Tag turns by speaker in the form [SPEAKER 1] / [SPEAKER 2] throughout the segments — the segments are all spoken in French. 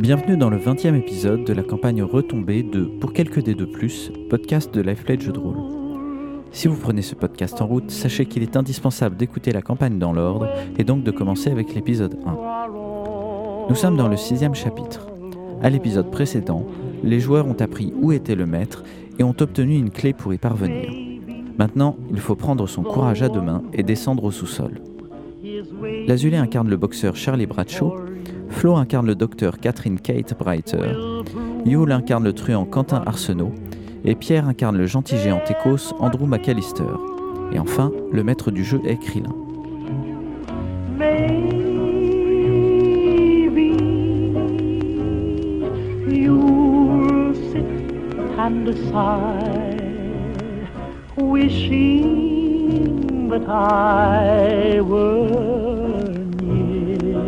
[SPEAKER 1] Bienvenue dans le 20e épisode de la campagne retombée de Pour quelques dés de plus, podcast de Lifepledge Jeux de rôle. Si vous prenez ce podcast en route, sachez qu'il est indispensable d'écouter la campagne dans l'ordre et donc de commencer avec l'épisode 1. Nous sommes dans le 6e chapitre. À l'épisode précédent, les joueurs ont appris où était le maître et ont obtenu une clé pour y parvenir. Maintenant, il faut prendre son courage à deux mains et descendre au sous-sol. Lazulé incarne le boxeur Charlie Bradshaw, Flo incarne le docteur Catherine Kate Breiter, Yule incarne le truand Quentin Arsenault, et Pierre incarne le gentil géant Écosse Andrew McAllister. Et enfin, le maître du jeu est Krillin.
[SPEAKER 2] Maybe you'll sit and sigh, wishing that I were near.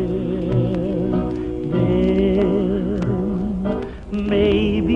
[SPEAKER 2] Then maybe.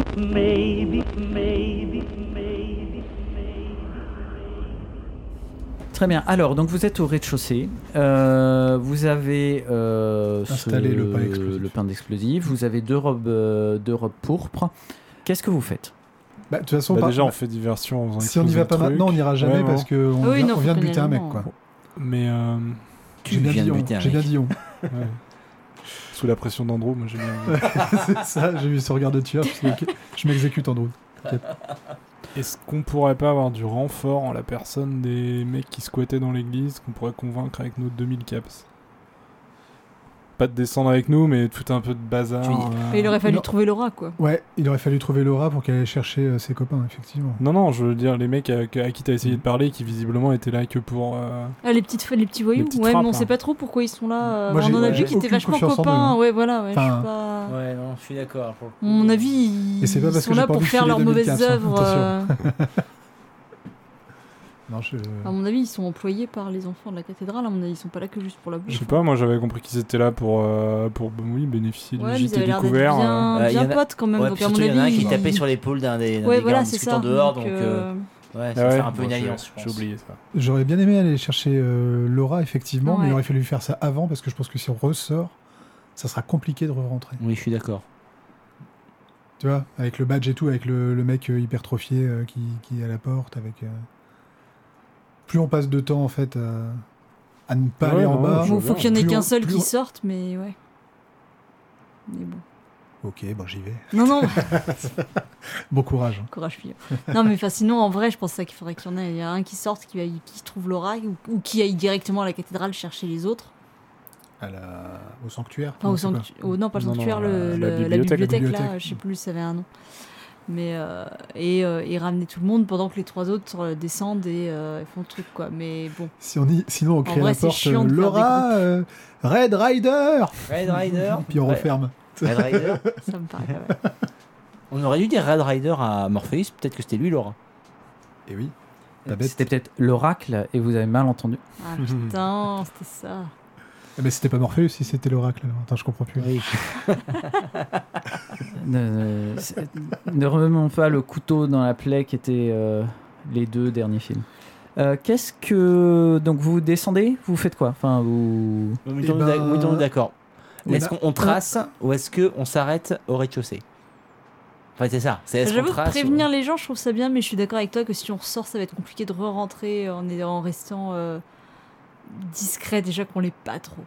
[SPEAKER 1] Très bien. Alors, donc vous êtes au rez-de-chaussée. Vous avez
[SPEAKER 3] installé le
[SPEAKER 1] pain d'explosif. Vous avez deux robes pourpres. Qu'est-ce que vous faites ?
[SPEAKER 3] De toute façon,
[SPEAKER 4] déjà, on fait diversion en faisant
[SPEAKER 3] si on n'y va pas maintenant, on n'ira jamais parce qu'on vient de buter un mec. Quoi.
[SPEAKER 4] Mais
[SPEAKER 3] j'ai bien dit on.
[SPEAKER 4] Ouais. Sous la pression d'Andrew, moi j'ai bien.
[SPEAKER 3] C'est ça, j'ai vu ce regard de tueur. Je m'exécute, Andrew. T'inquiète.
[SPEAKER 4] Est-ce qu'on pourrait pas avoir du renfort en la personne des mecs qui squattaient dans l'église qu'on pourrait convaincre avec nos 2000 caps ? Pas de descendre avec nous, mais tout un peu de bazar.
[SPEAKER 5] Et il aurait fallu trouver Laura, quoi.
[SPEAKER 3] Ouais, il aurait fallu trouver Laura pour qu'elle aille chercher ses copains, effectivement.
[SPEAKER 4] Non, je veux dire les mecs à qui t'as essayé de parler, qui visiblement étaient là que pour...
[SPEAKER 5] Ah, les petits voyous. Ouais, mais on sait pas trop pourquoi ils sont là. Moi, on en a vu qui étaient vachement copains. Ouais, voilà. Ouais,
[SPEAKER 6] enfin... ouais, non, je suis d'accord.
[SPEAKER 5] À mon avis, ils sont là pour faire leurs mauvaises œuvres.
[SPEAKER 3] Non,
[SPEAKER 5] à mon avis, ils sont employés par les enfants de la cathédrale. À mon avis, ils sont pas là que juste pour la bouffe.
[SPEAKER 4] Je sais pas, moi j'avais compris qu'ils étaient là pour bénéficier du gîte découvert.
[SPEAKER 5] Bien potes quand même.
[SPEAKER 6] Ouais,
[SPEAKER 5] donc
[SPEAKER 6] à mon avis, il y en a un qui tapait sur l'épaule d'un des gars en discutant dehors, donc ouais, ça fait un peu une alliance, je pense.
[SPEAKER 4] J'ai oublié ça.
[SPEAKER 3] J'aurais bien aimé aller chercher Laura, effectivement, mais il aurait fallu faire ça avant parce que je pense que si on ressort, ça sera compliqué de re-rentrer.
[SPEAKER 6] Oui, je suis d'accord.
[SPEAKER 3] Tu vois, avec le badge et tout, avec le mec hypertrophié qui est à la porte, avec... Plus on passe de temps en fait à ne pas aller en bas.
[SPEAKER 5] Il faut qu'il n'y en ait qu'un seul qui sorte, mais ouais. Mais bon.
[SPEAKER 3] Ok, bon j'y vais.
[SPEAKER 5] Non.
[SPEAKER 3] Bon courage.
[SPEAKER 5] Courage fille. Non mais sinon en vrai je pense qu'il faudrait qu'il y en ait un qui sorte, qui trouve Laura ou qui aille directement à la cathédrale chercher les autres.
[SPEAKER 3] Au sanctuaire.
[SPEAKER 5] Enfin, non pas le sanctuaire, la bibliothèque là, je sais plus si ça avait un nom. Mais et ramener tout le monde pendant que les trois autres descendent et font le truc quoi, mais bon,
[SPEAKER 3] sinon on crée la porte Laura Red Rider puis on referme
[SPEAKER 6] Red Rider.
[SPEAKER 5] Ça me paraît pas mal.
[SPEAKER 6] On aurait dû dire Red Rider à Morpheus, peut-être que c'était lui Laura.
[SPEAKER 3] Et oui,
[SPEAKER 1] c'était peut-être l'oracle et vous avez mal entendu.
[SPEAKER 5] Ah putain, c'était ça.
[SPEAKER 3] Mais c'était pas Morpheus si c'était l'oracle. Attends, je comprends plus.
[SPEAKER 6] Oui.
[SPEAKER 1] Ne remettons pas le couteau dans la plaie qui était les deux derniers films. Qu'est-ce que... Donc vous descendez, vous faites quoi ? Enfin, vous...
[SPEAKER 6] Mettons-nous d'accord. Est-ce qu'on trace ou est-ce qu'on s'arrête au rez-de-chaussée ? Enfin, c'est ça.
[SPEAKER 5] J'avoue que prévenir les gens, je trouve ça bien, mais je suis d'accord avec toi que si on ressort, ça va être compliqué de re-rentrer en restant discret, déjà qu'on l'est pas trop.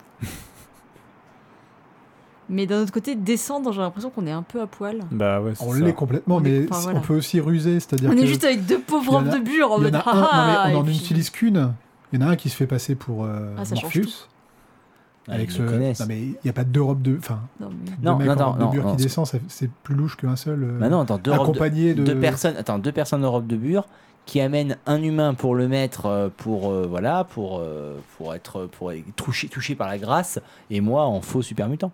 [SPEAKER 5] Mais d'un autre côté, descendre, j'ai l'impression qu'on est un peu à poil.
[SPEAKER 4] Bah ouais,
[SPEAKER 3] on l'est complètement, mais on peut aussi ruser, c'est-à-dire
[SPEAKER 5] on est juste avec deux pauvres robes de bure en mode
[SPEAKER 3] haha. On en utilise qu'une. Il y en a un qui se fait passer pour Morpheus. Avec
[SPEAKER 6] ce... Non
[SPEAKER 3] mais il n'y a pas deux robes de... Enfin, deux mecs en robe de bure qui descend, c'est plus louche qu'un seul.
[SPEAKER 6] Bah non, attends,
[SPEAKER 3] accompagné de...
[SPEAKER 6] deux personnes en robe de bure qui amènent un humain pour le mettre pour être touché par la grâce, et moi en faux super mutant.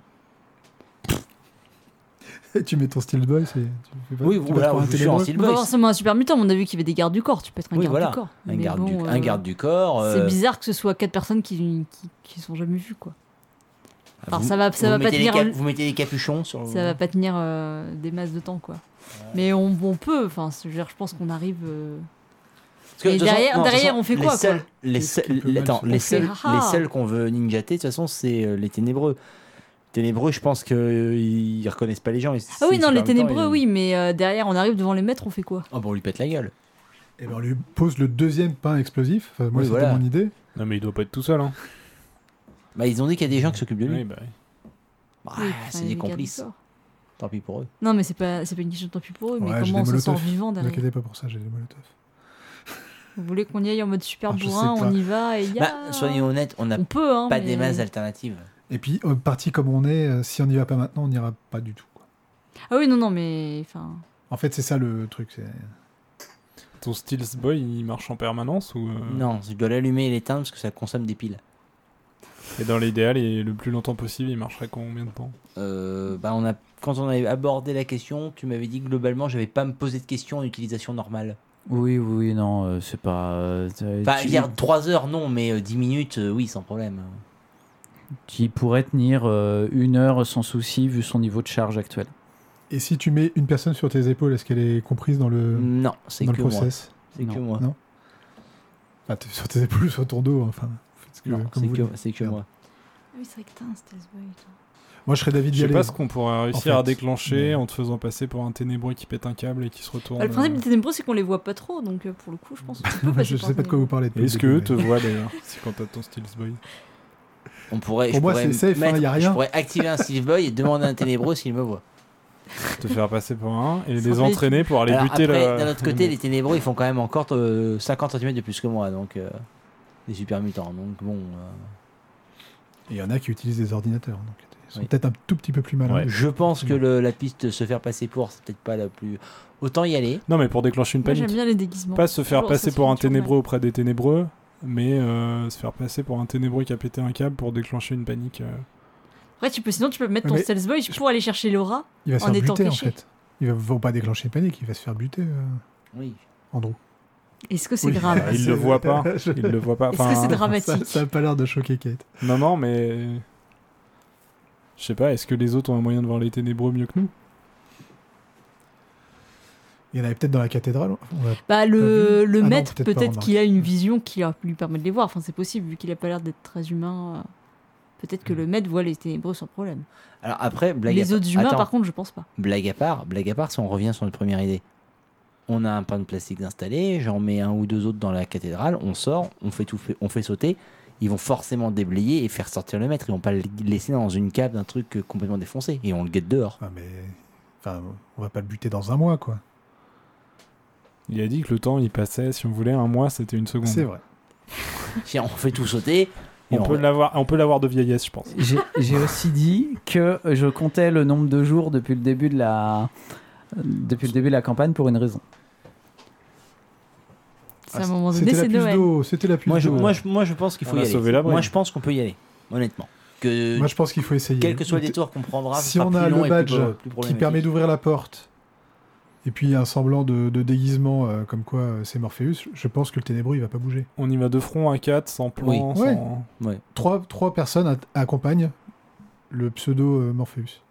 [SPEAKER 3] Tu mets ton Steel Boy,
[SPEAKER 6] oui, voilà, je suis en Steel Boy.
[SPEAKER 5] Pas forcément un super mutant, on a vu qu'il y avait des gardes du corps, tu peux être un garde du corps.
[SPEAKER 6] Un garde du corps.
[SPEAKER 5] C'est bizarre que ce soit 4 personnes qui sont jamais vues, quoi. Enfin, ça va pas tenir.
[SPEAKER 6] Vous mettez des capuchons sur.
[SPEAKER 5] Ça va pas tenir des masses de temps, quoi. Mais on peut, enfin, je pense qu'on arrive. Et derrière, on fait quoi, quoi ?
[SPEAKER 6] Les seuls qu'on veut ninjater, de toute façon, c'est les ténébreux. Ténébreux, je pense qu'ils reconnaissent pas les gens.
[SPEAKER 5] Ah oui, non, les ténébreux, oui, mais derrière, on arrive devant les maîtres, on fait quoi?
[SPEAKER 6] Oh, bon, on lui pète la gueule.
[SPEAKER 3] Et ben on lui pose le deuxième pain explosif. Enfin, moi,
[SPEAKER 6] Oui,
[SPEAKER 3] c'était
[SPEAKER 6] voilà.
[SPEAKER 3] mon idée.
[SPEAKER 4] Non, mais il doit pas être tout seul. Hein.
[SPEAKER 6] Bah, ils ont dit qu'il y a des gens qui s'occupent de lui.
[SPEAKER 4] Oui, bah, oui.
[SPEAKER 6] Bah,
[SPEAKER 5] Oui,
[SPEAKER 6] c'est
[SPEAKER 5] enfin,
[SPEAKER 6] des
[SPEAKER 5] les gars
[SPEAKER 6] complices.
[SPEAKER 5] du corps.
[SPEAKER 6] Tant pis pour eux.
[SPEAKER 5] Non, mais c'est pas une question de tant pis pour eux, mais
[SPEAKER 3] Ouais, j'ai
[SPEAKER 5] comment
[SPEAKER 3] des
[SPEAKER 5] on s'en sort
[SPEAKER 3] molotovs.
[SPEAKER 5] vivant
[SPEAKER 3] Ne vous
[SPEAKER 5] derrière?
[SPEAKER 3] inquiétez pas pour ça, j'ai des molotovs.
[SPEAKER 5] Vous voulez qu'on y aille en mode super
[SPEAKER 3] Ah, je
[SPEAKER 5] bourrin,
[SPEAKER 3] sais pas.
[SPEAKER 5] on y va et y a...
[SPEAKER 6] Bah, soyons honnêtes, on n'a
[SPEAKER 5] On peut, hein,
[SPEAKER 6] pas
[SPEAKER 5] mais...
[SPEAKER 6] des masses alternatives.
[SPEAKER 3] Et puis, parti comme on est, si on n'y va pas maintenant, on n'ira pas du tout. Quoi.
[SPEAKER 5] Ah oui, non, mais... Enfin...
[SPEAKER 3] En fait, c'est ça le truc.
[SPEAKER 4] Ton Steels Boy, il marche en permanence ou
[SPEAKER 6] Non, je dois l'allumer et l'éteindre parce que ça consomme des piles.
[SPEAKER 4] Et dans l'idéal, et le plus longtemps possible, il marcherait combien de temps?
[SPEAKER 6] Bah, quand on avait abordé la question, tu m'avais dit que globalement, je n'avais pas à me poser de questions en utilisation normale.
[SPEAKER 1] Oui, non, c'est pas.
[SPEAKER 6] Enfin, dire 3 heures, non, mais 10 minutes, oui, sans problème.
[SPEAKER 1] Qui pourrait tenir 1 heure sans souci vu son niveau de charge actuel.
[SPEAKER 3] Et si tu mets une personne sur tes épaules, est-ce qu'elle est comprise dans le,
[SPEAKER 6] Non, c'est
[SPEAKER 3] dans
[SPEAKER 6] que
[SPEAKER 3] le
[SPEAKER 6] moi.
[SPEAKER 3] process?
[SPEAKER 6] C'est que moi.
[SPEAKER 3] Non. Ah, sur tes épaules ou sur ton dos, enfin. Faites ce que,
[SPEAKER 6] Non,
[SPEAKER 3] comme vous voulez.
[SPEAKER 6] c'est que moi.
[SPEAKER 5] Ah oui, c'est vrai que t'as un Stealth Boy, toi.
[SPEAKER 3] Moi, je serais David
[SPEAKER 4] Je sais
[SPEAKER 3] Vialet.
[SPEAKER 4] pas ce qu'on pourrait réussir
[SPEAKER 3] fait,
[SPEAKER 4] à déclencher
[SPEAKER 3] mais-
[SPEAKER 4] en te faisant passer pour un ténébreux qui pète un câble et qui se retourne.
[SPEAKER 5] Bah, le principe des ténébreux, c'est qu'on les voit pas trop, donc pour le coup, je pense que tu peux
[SPEAKER 3] Je
[SPEAKER 5] passer
[SPEAKER 3] sais
[SPEAKER 5] par
[SPEAKER 3] pas de quoi vous
[SPEAKER 5] ténébreux.
[SPEAKER 3] parlez. depuis
[SPEAKER 4] Est-ce
[SPEAKER 3] le
[SPEAKER 4] que eux
[SPEAKER 3] début,
[SPEAKER 4] te
[SPEAKER 3] mais-
[SPEAKER 4] voient d'ailleurs si quand t'as ton Steels Boy?
[SPEAKER 6] On pourrait,
[SPEAKER 3] Pour
[SPEAKER 6] je
[SPEAKER 3] moi,
[SPEAKER 6] pourrais
[SPEAKER 3] c'est safe,
[SPEAKER 6] mettre-
[SPEAKER 3] y a rien.
[SPEAKER 6] Je pourrais activer un Steel Boy et demander à un ténébreux s'il me voit.
[SPEAKER 4] Te faire passer pour un et
[SPEAKER 5] Ça
[SPEAKER 4] les
[SPEAKER 5] fait-
[SPEAKER 4] entraîner pour aller
[SPEAKER 6] Alors
[SPEAKER 4] buter
[SPEAKER 6] après,
[SPEAKER 4] le.
[SPEAKER 6] d'un autre côté, les ténébreux, ils font quand même encore 50 cm de plus que moi, donc des super mutants. Donc bon.
[SPEAKER 3] Et il y en a qui utilisent des ordinateurs. Donc ils sont
[SPEAKER 6] Oui.
[SPEAKER 3] peut-être un tout petit peu plus malins.
[SPEAKER 4] Ouais.
[SPEAKER 6] Je pense que la piste de se faire passer pour, c'est peut-être pas la plus. Autant y aller.
[SPEAKER 4] Non, mais pour déclencher une
[SPEAKER 5] Moi, j'aime
[SPEAKER 4] panique.
[SPEAKER 5] bien les déguisements.
[SPEAKER 4] Pas se faire
[SPEAKER 5] Toujours,
[SPEAKER 4] passer
[SPEAKER 5] ça
[SPEAKER 4] pour un
[SPEAKER 5] fait toujours
[SPEAKER 4] ténébreux auprès des ténébreux, mais se faire passer pour un ténébreux qui a pété un câble pour déclencher une panique.
[SPEAKER 5] Après, sinon, tu peux mettre ton
[SPEAKER 3] Mais-
[SPEAKER 5] Stealth Boy pour aller chercher Laura.
[SPEAKER 3] Il va se
[SPEAKER 5] En
[SPEAKER 3] faire
[SPEAKER 5] étant
[SPEAKER 3] buter, en
[SPEAKER 5] caché.
[SPEAKER 3] fait. Ils vont pas déclencher une panique, il va se faire buter,
[SPEAKER 6] Oui.
[SPEAKER 3] Andrew.
[SPEAKER 5] Est-ce que c'est
[SPEAKER 3] Oui.
[SPEAKER 5] grave?
[SPEAKER 4] Il le voit pas. Il le voit pas.
[SPEAKER 5] Est-ce que c'est dramatique?
[SPEAKER 3] Ça a pas l'air de choquer Kate.
[SPEAKER 4] Non, mais. Je sais pas, est-ce que les autres ont un moyen de voir les ténébreux mieux que nous?
[SPEAKER 3] Il y en avait peut-être dans la cathédrale. On va-
[SPEAKER 5] Bah,
[SPEAKER 3] T'as
[SPEAKER 5] le
[SPEAKER 3] vu? Ah non,
[SPEAKER 5] maître,
[SPEAKER 3] peut-être pas,
[SPEAKER 5] peut-être
[SPEAKER 3] remarque.
[SPEAKER 5] qu'il a une vision qui lui permet de les voir. Enfin, c'est possible, vu qu'il a pas l'air d'être très humain. Peut-être que le maître voit les ténébreux sans problème.
[SPEAKER 6] Alors après, blague
[SPEAKER 5] Les
[SPEAKER 6] à
[SPEAKER 5] autres humains,
[SPEAKER 6] Attends,
[SPEAKER 5] par contre, je pense pas.
[SPEAKER 6] blague à part, si on revient sur notre première idée. On a un pain de plastique installé, j'en mets un ou deux autres dans la cathédrale, on sort, on fait sauter. Ils vont forcément déblayer et faire sortir le maître. Ils vont pas le laisser dans une cave d'un truc complètement défoncé. Et on le guette dehors.
[SPEAKER 3] Ah, mais. Enfin, on va pas le buter dans un mois, quoi.
[SPEAKER 4] Il a dit que le temps il passait, si on voulait, un mois c'était une seconde.
[SPEAKER 3] C'est vrai.
[SPEAKER 6] Tiens, on fait tout sauter. et
[SPEAKER 4] On peut l'avoir de vieillesse, je pense.
[SPEAKER 1] J'ai aussi dit que je comptais le nombre de jours depuis le début de la campagne pour une raison.
[SPEAKER 5] C'est à un moment donné,
[SPEAKER 3] C'était la
[SPEAKER 5] c'est
[SPEAKER 3] puce
[SPEAKER 5] Noël.
[SPEAKER 3] d'eau. C'était la puce
[SPEAKER 6] Moi,
[SPEAKER 3] d'eau.
[SPEAKER 6] moi, je pense qu'il faut
[SPEAKER 4] On
[SPEAKER 6] y
[SPEAKER 4] a
[SPEAKER 6] aller.
[SPEAKER 4] sauvé la bride.
[SPEAKER 6] Moi, je pense qu'on peut y aller, honnêtement. Que
[SPEAKER 3] Moi, je pense qu'il faut essayer.
[SPEAKER 6] quel que soit le détour qu'on prendra, ce
[SPEAKER 3] Si
[SPEAKER 6] sera
[SPEAKER 3] on
[SPEAKER 6] plus
[SPEAKER 3] a
[SPEAKER 6] long
[SPEAKER 3] le
[SPEAKER 6] et
[SPEAKER 3] badge
[SPEAKER 6] plus
[SPEAKER 3] qui
[SPEAKER 6] problématique.
[SPEAKER 3] permet d'ouvrir la porte, et puis un semblant de déguisement comme quoi c'est Morpheus, je pense que le ténébreux il va pas bouger.
[SPEAKER 4] On y va de front à 4, sans plan,
[SPEAKER 3] Oui.
[SPEAKER 4] sans...
[SPEAKER 3] Trois personnes accompagnent le pseudo Morpheus.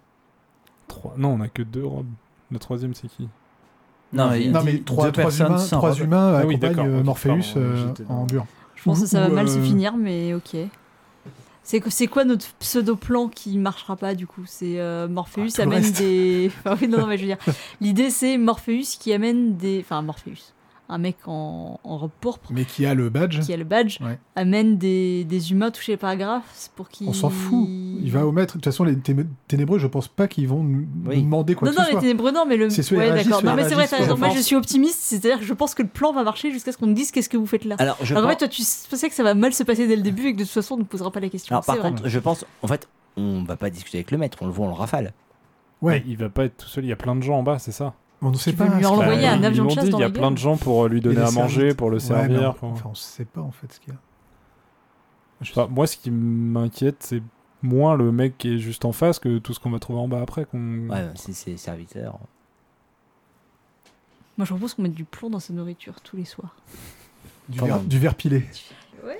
[SPEAKER 4] Non, on a que 2 robes. Le troisième, c'est qui?
[SPEAKER 6] Non,
[SPEAKER 1] il
[SPEAKER 3] Non
[SPEAKER 1] dit
[SPEAKER 3] mais trois
[SPEAKER 1] personnes sans
[SPEAKER 3] trois
[SPEAKER 1] robe.
[SPEAKER 3] humains
[SPEAKER 4] Ah oui,
[SPEAKER 3] accompagnent
[SPEAKER 4] d'accord, ok,
[SPEAKER 3] Morpheus
[SPEAKER 4] pardon, j'étais dans-
[SPEAKER 3] en bure.
[SPEAKER 5] Je pense que ça va
[SPEAKER 3] Ou,
[SPEAKER 5] mal se finir, mais ok. C'est quoi notre pseudo-plan qui marchera pas du coup? C'est Morpheus
[SPEAKER 3] tout le
[SPEAKER 5] amène
[SPEAKER 3] reste.
[SPEAKER 5] des. Enfin, oui, non, mais je veux dire. L'idée c'est Morpheus qui amène des. Enfin, Morpheus. Un mec en robe pourpre
[SPEAKER 3] Mais qui a le badge,
[SPEAKER 5] qui a le badge
[SPEAKER 3] Ouais.
[SPEAKER 5] amène des humains touchés par grâce pour qu'ils.
[SPEAKER 3] on s'en fout. Il va au maître. De toute façon, les ténébreux, je pense pas qu'ils vont nous demander quoi
[SPEAKER 5] Non,
[SPEAKER 3] que
[SPEAKER 5] non,
[SPEAKER 3] ce
[SPEAKER 5] les
[SPEAKER 3] soit.
[SPEAKER 5] ténébreux, non, mais le.
[SPEAKER 3] C'est ceux
[SPEAKER 5] Ouais,
[SPEAKER 3] réagissent,
[SPEAKER 5] d'accord.
[SPEAKER 3] ceux
[SPEAKER 5] Non, mais c'est vrai,
[SPEAKER 3] réagissent,
[SPEAKER 5] t'as raison.
[SPEAKER 3] quoi.
[SPEAKER 5] Moi, je suis optimiste, c'est-à-dire que je pense que le plan va marcher jusqu'à ce qu'on nous dise qu'est-ce que vous faites là.
[SPEAKER 6] Alors, je
[SPEAKER 5] Alors, en
[SPEAKER 6] pense...
[SPEAKER 5] fait, toi, tu sais que ça va mal se passer dès le début et que de toute façon, on ne posera pas la question.
[SPEAKER 6] Alors, par
[SPEAKER 5] C'est vrai.
[SPEAKER 6] contre, je pense, en fait, on va pas discuter avec le maître, on le voit, on le rafale.
[SPEAKER 3] Ouais,
[SPEAKER 4] Il va pas être tout seul, il y a plein de gens en bas, c'est ça?
[SPEAKER 3] on ne sait
[SPEAKER 5] Tu
[SPEAKER 3] pas.
[SPEAKER 5] veux lui
[SPEAKER 3] ce qu'il y a.
[SPEAKER 5] envoyer un
[SPEAKER 4] Ils
[SPEAKER 5] avion de
[SPEAKER 4] l'ont
[SPEAKER 5] chasse
[SPEAKER 4] dit,
[SPEAKER 5] dans
[SPEAKER 4] il y a
[SPEAKER 5] la
[SPEAKER 4] plein
[SPEAKER 5] gueule.
[SPEAKER 4] de gens pour lui donner
[SPEAKER 3] Et les
[SPEAKER 4] à manger,
[SPEAKER 3] services.
[SPEAKER 4] pour le
[SPEAKER 3] Ouais, mais
[SPEAKER 4] servir.
[SPEAKER 3] Enfin, on sait pas en fait ce qu'il y a.
[SPEAKER 4] Enfin, moi, ce qui m'inquiète, c'est moins le mec qui est juste en face que tout ce qu'on va trouver en bas après.
[SPEAKER 6] Ouais, c'est serviteur.
[SPEAKER 5] Moi, je propose qu'on mette du plomb dans sa nourriture tous les soirs.
[SPEAKER 6] Pardon.
[SPEAKER 3] Du verre pilé.
[SPEAKER 5] Ouais.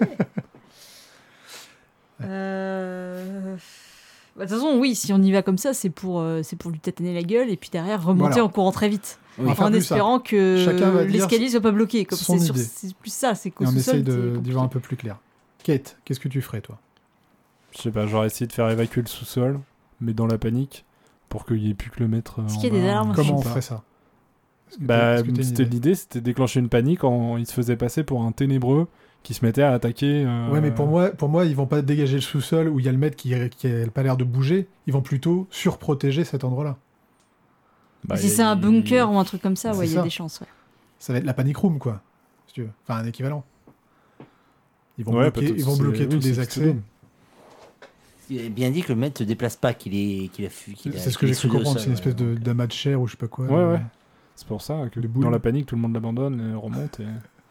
[SPEAKER 5] De toute façon, oui, si on y va comme ça, c'est pour lui tataner la gueule et puis derrière remonter
[SPEAKER 3] Voilà.
[SPEAKER 5] en courant très vite.
[SPEAKER 3] On va faire
[SPEAKER 5] En
[SPEAKER 3] plus ça.
[SPEAKER 5] espérant
[SPEAKER 3] Chacun va
[SPEAKER 5] que
[SPEAKER 3] dire
[SPEAKER 5] l'escalier soit pas bloqué. Comme
[SPEAKER 3] son
[SPEAKER 5] c'est
[SPEAKER 3] idée.
[SPEAKER 5] c'est plus ça, c'est qu'au
[SPEAKER 3] Et on
[SPEAKER 5] sous-sol,
[SPEAKER 3] essaye
[SPEAKER 5] c'est
[SPEAKER 3] d'y voir un
[SPEAKER 5] compliqué.
[SPEAKER 3] peu plus clair. Kate, qu'est-ce que tu ferais toi?
[SPEAKER 4] Je sais pas, j'aurais essayé de faire évacuer le sous-sol, mais dans la panique, pour qu'il n'y ait plus que le maître.
[SPEAKER 5] Est-ce qu'il y a des alarmes?
[SPEAKER 3] Comment on ferait ça?
[SPEAKER 4] C'était l'idée, c'était déclencher une panique quand il se faisait passer pour un ténébreux qui se mettait à attaquer.
[SPEAKER 3] Ouais, mais pour moi, ils vont pas dégager le sous-sol où il y a le maître qui a pas l'air de bouger. Ils vont plutôt surprotéger cet endroit-là.
[SPEAKER 5] Si c'est un bunker ou un truc comme ça,
[SPEAKER 3] C'est
[SPEAKER 5] il y a
[SPEAKER 3] ça.
[SPEAKER 5] des chances. Ouais.
[SPEAKER 3] Ça va être la panic room, quoi. Si tu veux. Enfin, un équivalent. Ils vont
[SPEAKER 4] Ouais,
[SPEAKER 3] bloquer,
[SPEAKER 4] peut-être,
[SPEAKER 3] ils vont bloquer
[SPEAKER 4] c'est-
[SPEAKER 3] tous
[SPEAKER 4] oui,
[SPEAKER 3] les
[SPEAKER 4] c'est
[SPEAKER 3] accès.
[SPEAKER 4] tout.
[SPEAKER 6] Il est bien dit que le maître ne se déplace pas, qu'il a
[SPEAKER 3] C'est ce que j'ai cru comprendre. C'est une espèce d'amas de chair ou je sais pas quoi.
[SPEAKER 4] Ouais. C'est pour ça que
[SPEAKER 3] De boules.
[SPEAKER 4] dans la panique, tout le monde l'abandonne et remonte. Et...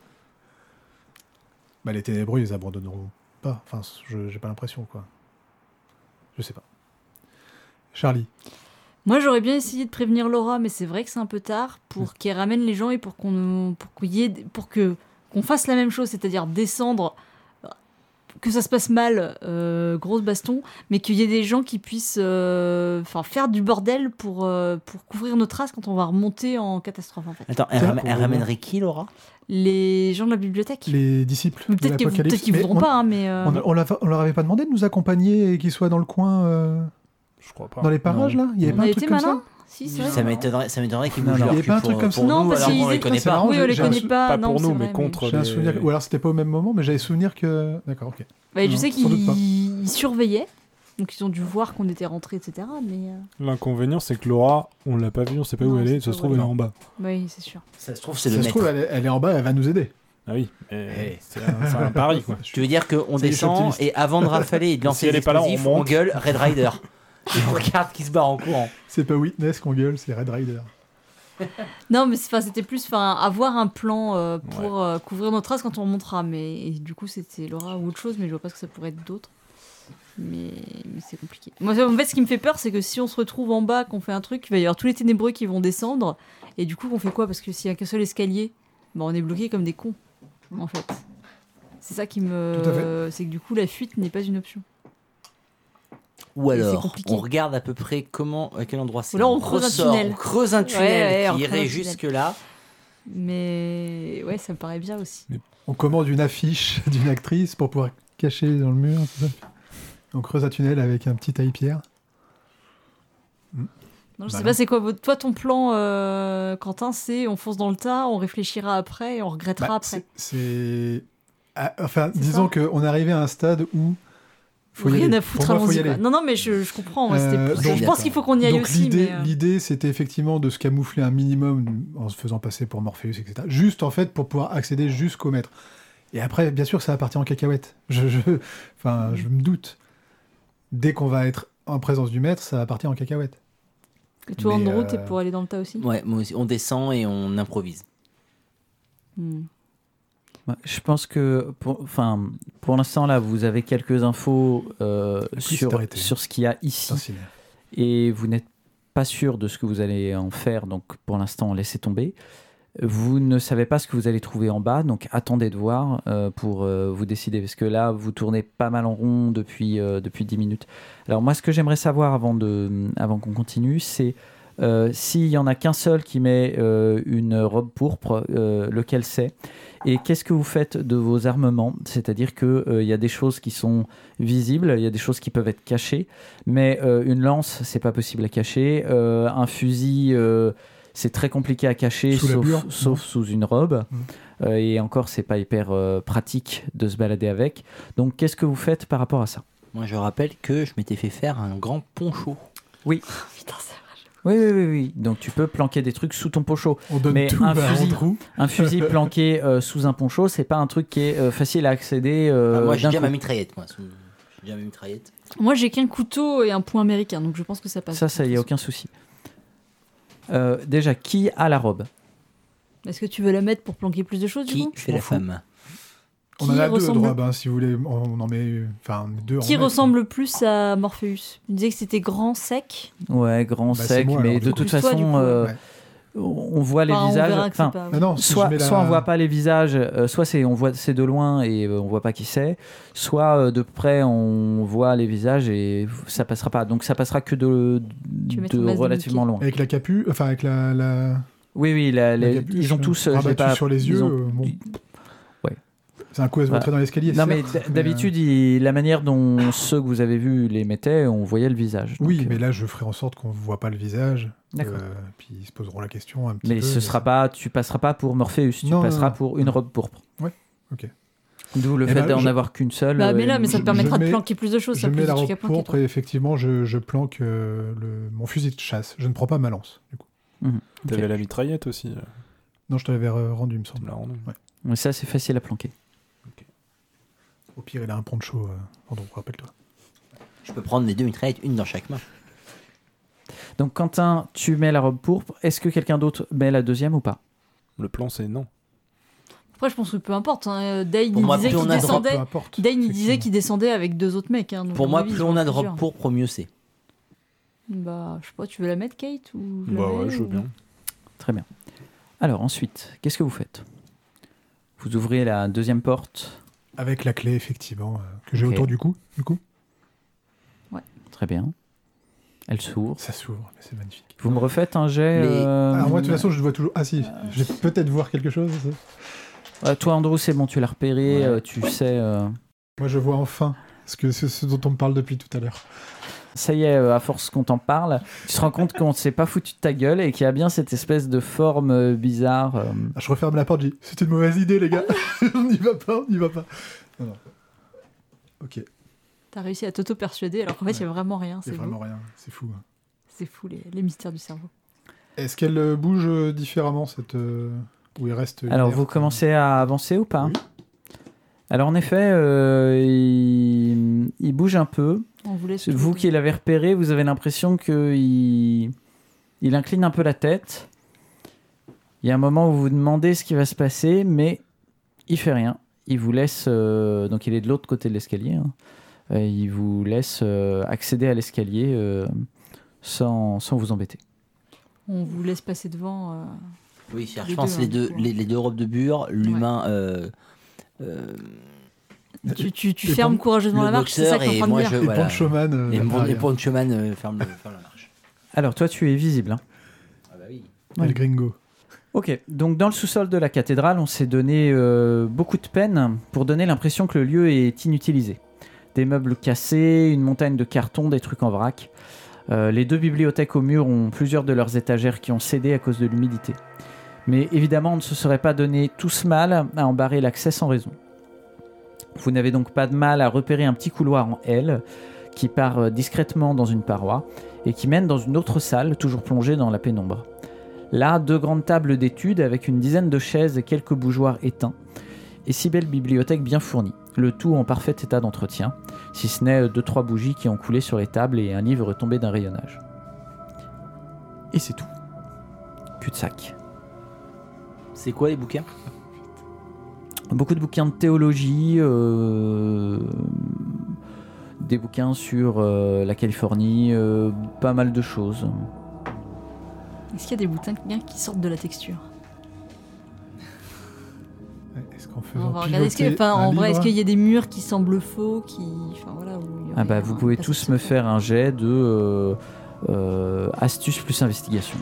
[SPEAKER 3] Bah, les ténébreux, ils abandonneront pas. Enfin, j'ai pas l'impression, quoi. Je sais pas. Charlie.
[SPEAKER 5] Moi, j'aurais bien essayé de prévenir Laura, mais c'est vrai que c'est un peu tard pour qu'elle ramène les gens et pour qu'on fasse la même chose, c'est-à-dire descendre, que ça se passe mal, grosse baston, mais qu'il y ait des gens qui puissent faire du bordel pour couvrir nos traces quand on va remonter en catastrophe, en fait.
[SPEAKER 6] Attends, elle ramènerait qui, Laura?
[SPEAKER 5] Les gens de la bibliothèque.
[SPEAKER 3] Les disciples
[SPEAKER 5] Mais
[SPEAKER 3] de
[SPEAKER 5] peut-être
[SPEAKER 3] l'Apocalypse.
[SPEAKER 5] qu'ils
[SPEAKER 3] Mais
[SPEAKER 5] voudront pas, hein, mais...
[SPEAKER 3] on leur avait pas demandé de nous accompagner et qu'ils soient dans le coin,
[SPEAKER 4] Je crois pas.
[SPEAKER 3] dans les parages, là? Il y avait
[SPEAKER 5] on
[SPEAKER 3] pas
[SPEAKER 5] a
[SPEAKER 3] un
[SPEAKER 5] été
[SPEAKER 3] truc comme
[SPEAKER 5] malin.
[SPEAKER 3] ça?
[SPEAKER 5] Si, c'est vrai.
[SPEAKER 6] Ça m'étonnerait qu'ils
[SPEAKER 1] Non,
[SPEAKER 6] bougent
[SPEAKER 1] non.
[SPEAKER 6] leur
[SPEAKER 3] Il y avait
[SPEAKER 6] cul
[SPEAKER 3] pas un
[SPEAKER 6] pour,
[SPEAKER 3] truc comme ça?
[SPEAKER 6] pour
[SPEAKER 5] Non,
[SPEAKER 6] nous,
[SPEAKER 5] parce
[SPEAKER 6] alors
[SPEAKER 5] qu'ils
[SPEAKER 6] qu'on les
[SPEAKER 5] étaient-
[SPEAKER 6] connaît
[SPEAKER 3] c'est
[SPEAKER 6] pas.
[SPEAKER 3] marrant,
[SPEAKER 5] Oui, on les
[SPEAKER 3] j'ai un
[SPEAKER 5] connaît pas.
[SPEAKER 4] Pas
[SPEAKER 5] non,
[SPEAKER 4] pour
[SPEAKER 5] c'est
[SPEAKER 4] nous,
[SPEAKER 5] vrai,
[SPEAKER 4] mais contre
[SPEAKER 3] J'ai un
[SPEAKER 4] les...
[SPEAKER 3] souvenir. Ou alors c'était pas au même moment, mais j'avais souvenir que. D'accord, ok.
[SPEAKER 5] Bah, je
[SPEAKER 3] Non,
[SPEAKER 5] sais
[SPEAKER 3] sans doute pas.
[SPEAKER 5] qu'ils surveillaient, donc ils ont dû voir qu'on était rentrés, etc. Mais
[SPEAKER 4] L'inconvénient, c'est que Laura, on l'a pas vue, on sait pas où
[SPEAKER 5] Non,
[SPEAKER 4] elle est,
[SPEAKER 5] c'est
[SPEAKER 4] ça
[SPEAKER 5] pas
[SPEAKER 4] se trouve,
[SPEAKER 5] vrai.
[SPEAKER 4] elle est en bas.
[SPEAKER 5] oui, c'est sûr.
[SPEAKER 6] Ça se trouve, c'est
[SPEAKER 3] Ça
[SPEAKER 6] le
[SPEAKER 3] se
[SPEAKER 6] maître.
[SPEAKER 3] trouve, elle est en bas, elle va nous aider.
[SPEAKER 4] Ah oui,
[SPEAKER 6] Eh.
[SPEAKER 4] c'est un pari, quoi.
[SPEAKER 6] Tu veux dire qu'on
[SPEAKER 3] Ça y est, je suis
[SPEAKER 6] descend
[SPEAKER 3] optimiste.
[SPEAKER 6] et avant de rafaler et de lancer
[SPEAKER 4] Si elle
[SPEAKER 6] les
[SPEAKER 4] est pas là, on
[SPEAKER 6] explosifs, on
[SPEAKER 4] monte.
[SPEAKER 6] gueule Red Rider. Et on regarde qui se barre en courant.
[SPEAKER 3] C'est pas Witness qu'on gueule, c'est Red Rider.
[SPEAKER 5] Non, mais c'était plus avoir un plan pour couvrir nos traces quand on remontera. Et du coup, c'était Laura ou autre chose, mais je vois pas ce que ça pourrait être d'autre. Mais c'est compliqué. Moi, en fait, ce qui me fait peur, c'est que si on se retrouve en bas, qu'on fait un truc, il va y avoir tous les ténébreux qui vont descendre. Et du coup, on fait quoi? Parce que s'il y a qu'un seul escalier, on est bloqué comme des cons, en fait. C'est ça qui
[SPEAKER 3] Tout à fait.
[SPEAKER 5] C'est que du coup, la fuite n'est pas une option.
[SPEAKER 6] Ou
[SPEAKER 5] Et c'est
[SPEAKER 6] alors,
[SPEAKER 5] compliqué.
[SPEAKER 6] on regarde à peu près à quel endroit c'est.
[SPEAKER 5] Ou alors on creuse un
[SPEAKER 6] ressort,
[SPEAKER 5] tunnel.
[SPEAKER 6] On creuse un tunnel
[SPEAKER 5] Ouais, on
[SPEAKER 6] qui
[SPEAKER 5] creuse un
[SPEAKER 6] irait
[SPEAKER 5] tunnel.
[SPEAKER 6] jusque-là.
[SPEAKER 5] Mais ouais, ça me paraît bien aussi.
[SPEAKER 3] On commande une affiche d'une actrice pour pouvoir cacher dans le mur. C'est ça. On creuse un tunnel avec un petit taille-pierre.
[SPEAKER 5] Non, je
[SPEAKER 3] Bah
[SPEAKER 5] sais
[SPEAKER 3] non.
[SPEAKER 5] pas, c'est quoi toi ton plan, Quentin? C'est on fonce dans le tas, on réfléchira après et on regrettera
[SPEAKER 3] Bah,
[SPEAKER 5] après.
[SPEAKER 3] Enfin,
[SPEAKER 5] C'est
[SPEAKER 3] disons
[SPEAKER 5] ça.
[SPEAKER 3] qu'on est arrivé à un stade où faut y
[SPEAKER 5] Rien
[SPEAKER 3] aller.
[SPEAKER 5] à foutre,
[SPEAKER 3] Pour moi, faut y
[SPEAKER 5] allons-y. quoi.
[SPEAKER 3] aller.
[SPEAKER 5] Non, non, mais je comprends. Moi, c'était plus-
[SPEAKER 3] donc-
[SPEAKER 5] je pense qu'il faut qu'on y aille
[SPEAKER 3] Donc
[SPEAKER 5] aussi.
[SPEAKER 3] l'idée,
[SPEAKER 5] mais,
[SPEAKER 3] l'idée, c'était effectivement de se camoufler un minimum en se faisant passer pour Morpheus, etc. Juste en fait pour pouvoir accéder jusqu'au maître. Et après, bien sûr, ça va partir en cacahuète. Je me doute. Dès qu'on va être en présence du maître, ça va partir en cacahuète.
[SPEAKER 5] Et toi, en
[SPEAKER 3] mais,
[SPEAKER 5] route, t'es pour aller dans le tas aussi.
[SPEAKER 6] Ouais, moi aussi. On descend et on improvise.
[SPEAKER 5] Hmm.
[SPEAKER 1] Ouais, je pense que pour l'instant, là, vous avez quelques infos
[SPEAKER 3] pluie s'est arrêtée.
[SPEAKER 1] sur ce qu'il y a ici.
[SPEAKER 3] Putain,
[SPEAKER 1] Et vous n'êtes pas sûr de ce que vous allez en faire, donc pour l'instant, laissez tomber. Vous ne savez pas ce que vous allez trouver en bas, donc attendez de voir pour vous décider, parce que là, vous tournez pas mal en rond depuis 10 minutes. Alors moi, ce que j'aimerais savoir avant qu'on continue, c'est s'il y en a qu'un seul qui met une robe pourpre, lequel c'est, et qu'est-ce que vous faites de vos armements, c'est-à-dire qu'il y a des choses qui sont visibles, il y a des choses qui peuvent être cachées, mais une lance, c'est pas possible à cacher, un fusil... c'est très compliqué à cacher,
[SPEAKER 3] Sous la bure,
[SPEAKER 1] sauf sous une robe. Et encore, c'est pas hyper pratique de se balader avec. Donc, qu'est-ce que vous faites par rapport à ça?
[SPEAKER 6] Moi, je rappelle que je m'étais fait faire un grand poncho.
[SPEAKER 1] Oui.
[SPEAKER 5] Putain, c'est vrai.
[SPEAKER 1] Oui. Donc, tu peux planquer des trucs sous ton poncho.
[SPEAKER 3] On donne
[SPEAKER 1] Mais
[SPEAKER 3] tout
[SPEAKER 1] un
[SPEAKER 3] à
[SPEAKER 1] fusil-
[SPEAKER 3] Andrew.
[SPEAKER 1] Un fusil planqué sous un poncho, c'est pas un truc qui est facile à accéder.
[SPEAKER 6] Moi, j'ai
[SPEAKER 1] d'un
[SPEAKER 6] déjà
[SPEAKER 1] coup.
[SPEAKER 6] ma mitraillette. J'ai déjà ma mitraillette.
[SPEAKER 5] Moi, j'ai qu'un couteau et un poing américain, donc je pense que ça passe.
[SPEAKER 1] Ça, y a aucun souci. Déjà, qui a la robe?
[SPEAKER 5] Est-ce que tu veux la mettre pour planquer plus de choses, du
[SPEAKER 6] Qui
[SPEAKER 5] coup
[SPEAKER 6] fait
[SPEAKER 3] m'en
[SPEAKER 6] la
[SPEAKER 3] fous.
[SPEAKER 6] femme?
[SPEAKER 3] On en
[SPEAKER 5] Qui
[SPEAKER 3] a deux de
[SPEAKER 5] ressemble-
[SPEAKER 3] robes, hein, si vous voulez. On en met. Enfin, deux.
[SPEAKER 5] Qui
[SPEAKER 3] en met.
[SPEAKER 5] ressemble le plus à Morpheus? Tu disais que c'était grand, sec.
[SPEAKER 1] Ouais, grand,
[SPEAKER 3] Bah, c'est
[SPEAKER 1] sec,
[SPEAKER 3] moi,
[SPEAKER 1] mais
[SPEAKER 3] alors,
[SPEAKER 1] de
[SPEAKER 3] du
[SPEAKER 1] toute
[SPEAKER 5] coup. Plus toi, du
[SPEAKER 1] façon,
[SPEAKER 5] coup,
[SPEAKER 3] ouais.
[SPEAKER 1] on voit les
[SPEAKER 5] Enfin, on
[SPEAKER 1] visages.
[SPEAKER 5] verra que c'est
[SPEAKER 1] Enfin,
[SPEAKER 5] pas-
[SPEAKER 3] Ah non, si
[SPEAKER 1] soit
[SPEAKER 3] je mets la-
[SPEAKER 1] on voit pas les visages, soit on voit c'est de loin et on voit pas qui c'est, soit de près on voit les visages et ça passera pas. Donc ça passera que de
[SPEAKER 5] Tu mets ton masque de
[SPEAKER 1] relativement loin.
[SPEAKER 3] Avec la capu, enfin avec la
[SPEAKER 1] Oui,
[SPEAKER 3] la capuche,
[SPEAKER 1] ils ont tous. je l'ai
[SPEAKER 3] rabattue
[SPEAKER 1] pas-
[SPEAKER 3] sur les
[SPEAKER 1] ils
[SPEAKER 3] yeux.
[SPEAKER 1] ont-
[SPEAKER 3] Bon.
[SPEAKER 1] Ouais.
[SPEAKER 3] C'est un coup à se montrer dans l'escalier.
[SPEAKER 1] Non, mais
[SPEAKER 3] certes,
[SPEAKER 1] d'habitude, la manière dont ceux que vous avez vus les mettaient, on voyait le visage.
[SPEAKER 3] Oui,
[SPEAKER 1] Donc,
[SPEAKER 3] mais là, je ferai en sorte qu'on ne voit pas le visage.
[SPEAKER 1] D'accord.
[SPEAKER 3] Puis ils se poseront la question un petit
[SPEAKER 1] Mais
[SPEAKER 3] peu.
[SPEAKER 1] tu passeras pas pour Morpheus, tu
[SPEAKER 3] Non,
[SPEAKER 1] passeras
[SPEAKER 3] non.
[SPEAKER 1] pour une robe pourpre.
[SPEAKER 3] Ouais, ok.
[SPEAKER 1] D'où le
[SPEAKER 3] Eh
[SPEAKER 1] fait
[SPEAKER 3] ben,
[SPEAKER 1] d'en
[SPEAKER 3] je-
[SPEAKER 1] avoir qu'une seule.
[SPEAKER 5] Bah, mais là, mais ça te
[SPEAKER 3] je
[SPEAKER 5] permettra de
[SPEAKER 3] mets-
[SPEAKER 5] planquer plus de choses.
[SPEAKER 3] Je
[SPEAKER 5] ça, plus
[SPEAKER 3] mets
[SPEAKER 5] de
[SPEAKER 3] la
[SPEAKER 5] trucs
[SPEAKER 3] robe
[SPEAKER 5] à planquer,
[SPEAKER 3] pourpre
[SPEAKER 5] toi.
[SPEAKER 3] et effectivement, je planque mon fusil de chasse. Je ne prends pas ma lance, du coup.
[SPEAKER 4] T'avais
[SPEAKER 1] Ok.
[SPEAKER 4] la mitraillette aussi.
[SPEAKER 3] Non, je te l'avais rendu, il me
[SPEAKER 4] Tu
[SPEAKER 3] semble.
[SPEAKER 4] me l'as rendu.
[SPEAKER 3] Ouais.
[SPEAKER 1] Mais ça, c'est facile à planquer.
[SPEAKER 3] Au pire, il a un poncho. Pardon, rappelle-toi.
[SPEAKER 6] Je peux prendre les 2 mitraillettes, une dans chaque main.
[SPEAKER 1] Donc, Quentin, tu mets la robe pourpre. Est-ce que quelqu'un d'autre met la deuxième ou pas?
[SPEAKER 4] Le plan, c'est non.
[SPEAKER 5] Après, je pense que peu importe. Hein. Dane,
[SPEAKER 6] Pour
[SPEAKER 5] il
[SPEAKER 6] moi,
[SPEAKER 5] disait
[SPEAKER 6] plus
[SPEAKER 5] qu'il
[SPEAKER 6] on a de
[SPEAKER 5] descendait.
[SPEAKER 3] Peu importe.
[SPEAKER 5] Dane, il disait
[SPEAKER 3] effectivement.
[SPEAKER 5] qu'il descendait avec 2 autres mecs. Hein, donc,
[SPEAKER 6] Pour
[SPEAKER 5] à
[SPEAKER 6] moi,
[SPEAKER 5] mon avis,
[SPEAKER 6] plus
[SPEAKER 5] ils
[SPEAKER 6] on
[SPEAKER 5] sont
[SPEAKER 6] a de
[SPEAKER 5] plusieurs.
[SPEAKER 6] robes pourpres, mieux c'est.
[SPEAKER 5] Bah, je sais pas, tu veux la mettre, Kate ou je la
[SPEAKER 4] Bah
[SPEAKER 5] mets,
[SPEAKER 4] ouais, je veux
[SPEAKER 5] ou-
[SPEAKER 4] bien.
[SPEAKER 1] Très bien. Alors, ensuite, qu'est-ce que vous faites? Vous ouvrez la deuxième porte.
[SPEAKER 3] Avec la clé, effectivement, que j'ai
[SPEAKER 1] Ok.
[SPEAKER 3] autour du cou.
[SPEAKER 1] Très bien. Elle s'ouvre.
[SPEAKER 3] Ça s'ouvre, mais c'est magnifique.
[SPEAKER 1] Vous me refaites un jet.
[SPEAKER 6] Mais-
[SPEAKER 3] Alors moi, de toute façon, je le vois toujours. Ah si, je vais peut-être voir quelque chose.
[SPEAKER 1] Toi, Andrew, c'est bon, tu l'as repéré.
[SPEAKER 6] Ouais.
[SPEAKER 1] Tu sais.
[SPEAKER 3] Moi, je vois enfin ce dont on me parle depuis tout à l'heure.
[SPEAKER 1] Ça y est, à force qu'on t'en parle, tu te rends compte qu'on ne s'est pas foutu de ta gueule et qu'il y a bien cette espèce de forme bizarre.
[SPEAKER 3] Ah, je referme la porte, je dis c'est une mauvaise idée, les gars. On n'y va pas, on n'y va pas. Non. Ok, il
[SPEAKER 5] T'as réussi à t'auto-persuader alors qu'en fait, il
[SPEAKER 3] Ouais.
[SPEAKER 5] n'y a vraiment rien.
[SPEAKER 3] n'y
[SPEAKER 5] C'est
[SPEAKER 3] a
[SPEAKER 5] beau.
[SPEAKER 3] vraiment rien, c'est fou. hein.
[SPEAKER 5] C'est fou, les mystères du cerveau.
[SPEAKER 3] Est-ce qu'elle bouge différemment, cette... où il reste...
[SPEAKER 1] Alors,
[SPEAKER 3] inerte
[SPEAKER 1] vous commencez à avancer ou pas?
[SPEAKER 3] Oui.
[SPEAKER 1] Alors, en effet, il bouge un peu.
[SPEAKER 5] On vous laisse.
[SPEAKER 1] Vous
[SPEAKER 5] tout-
[SPEAKER 1] qui l'avez repéré, vous avez l'impression qu'il incline un peu la tête. Il y a un moment où vous vous demandez ce qui va se passer, mais il fait rien. Il vous laisse... donc, il est de l'autre côté de l'escalier. Hein. Il vous laisse accéder à l'escalier sans vous embêter.
[SPEAKER 5] On vous laisse passer devant.
[SPEAKER 6] Oui,
[SPEAKER 5] Les
[SPEAKER 6] je pense
[SPEAKER 5] deux, hein,
[SPEAKER 6] les deux robes de bure, l'humain,
[SPEAKER 5] Tu
[SPEAKER 3] Et
[SPEAKER 5] fermes
[SPEAKER 3] pour-
[SPEAKER 5] courageusement la
[SPEAKER 6] le
[SPEAKER 5] marche, c'est ça
[SPEAKER 6] boxeur
[SPEAKER 5] qu'on est en
[SPEAKER 6] et
[SPEAKER 5] train de
[SPEAKER 6] moi
[SPEAKER 5] dire.
[SPEAKER 6] je
[SPEAKER 3] Et
[SPEAKER 6] voilà.
[SPEAKER 3] Ponchoman...
[SPEAKER 6] Et
[SPEAKER 3] derrière.
[SPEAKER 6] Ponchoman ferme la marche.
[SPEAKER 1] Alors, toi, tu es visible. Hein.
[SPEAKER 6] Ah bah oui.
[SPEAKER 3] Et le gringo.
[SPEAKER 1] Ok, donc dans le sous-sol de la cathédrale, on s'est donné beaucoup de peine pour donner l'impression que le lieu est inutilisé. Des meubles cassés, une montagne de cartons, des trucs en vrac. Les 2 bibliothèques au mur ont plusieurs de leurs étagères qui ont cédé à cause de l'humidité. Mais évidemment, on ne se serait pas donné tout ce mal à embarrer l'accès sans raison. Vous n'avez donc pas de mal à repérer un petit couloir en L qui part discrètement dans une paroi et qui mène dans une autre salle, toujours plongée dans la pénombre. Là, 2 grandes tables d'études avec une dizaine de chaises et quelques bougeoirs éteints, et 6 belles bibliothèques bien fournies, le tout en parfait état d'entretien, si ce n'est 2-3 bougies qui ont coulé sur les tables et un livre tombé d'un rayonnage. Et c'est tout. Cul-de-sac.
[SPEAKER 6] C'est quoi les bouquins?
[SPEAKER 1] Beaucoup de bouquins de théologie, des bouquins sur la Californie, pas mal de choses.
[SPEAKER 5] Est-ce qu'il y a des bouquins qui sortent de la texture?
[SPEAKER 3] Est-ce qu'en
[SPEAKER 5] On
[SPEAKER 3] faisant
[SPEAKER 5] va regarder.
[SPEAKER 3] pivoter
[SPEAKER 5] En
[SPEAKER 3] un
[SPEAKER 5] vrai, est-ce
[SPEAKER 3] livre-
[SPEAKER 5] qu'il y a des murs qui semblent faux, enfin voilà. Où il y
[SPEAKER 1] Ah bah
[SPEAKER 5] aurait
[SPEAKER 1] vous
[SPEAKER 5] un
[SPEAKER 1] pouvez
[SPEAKER 5] passage
[SPEAKER 1] tous me
[SPEAKER 5] secret.
[SPEAKER 1] faire un jet de astuce plus investigation.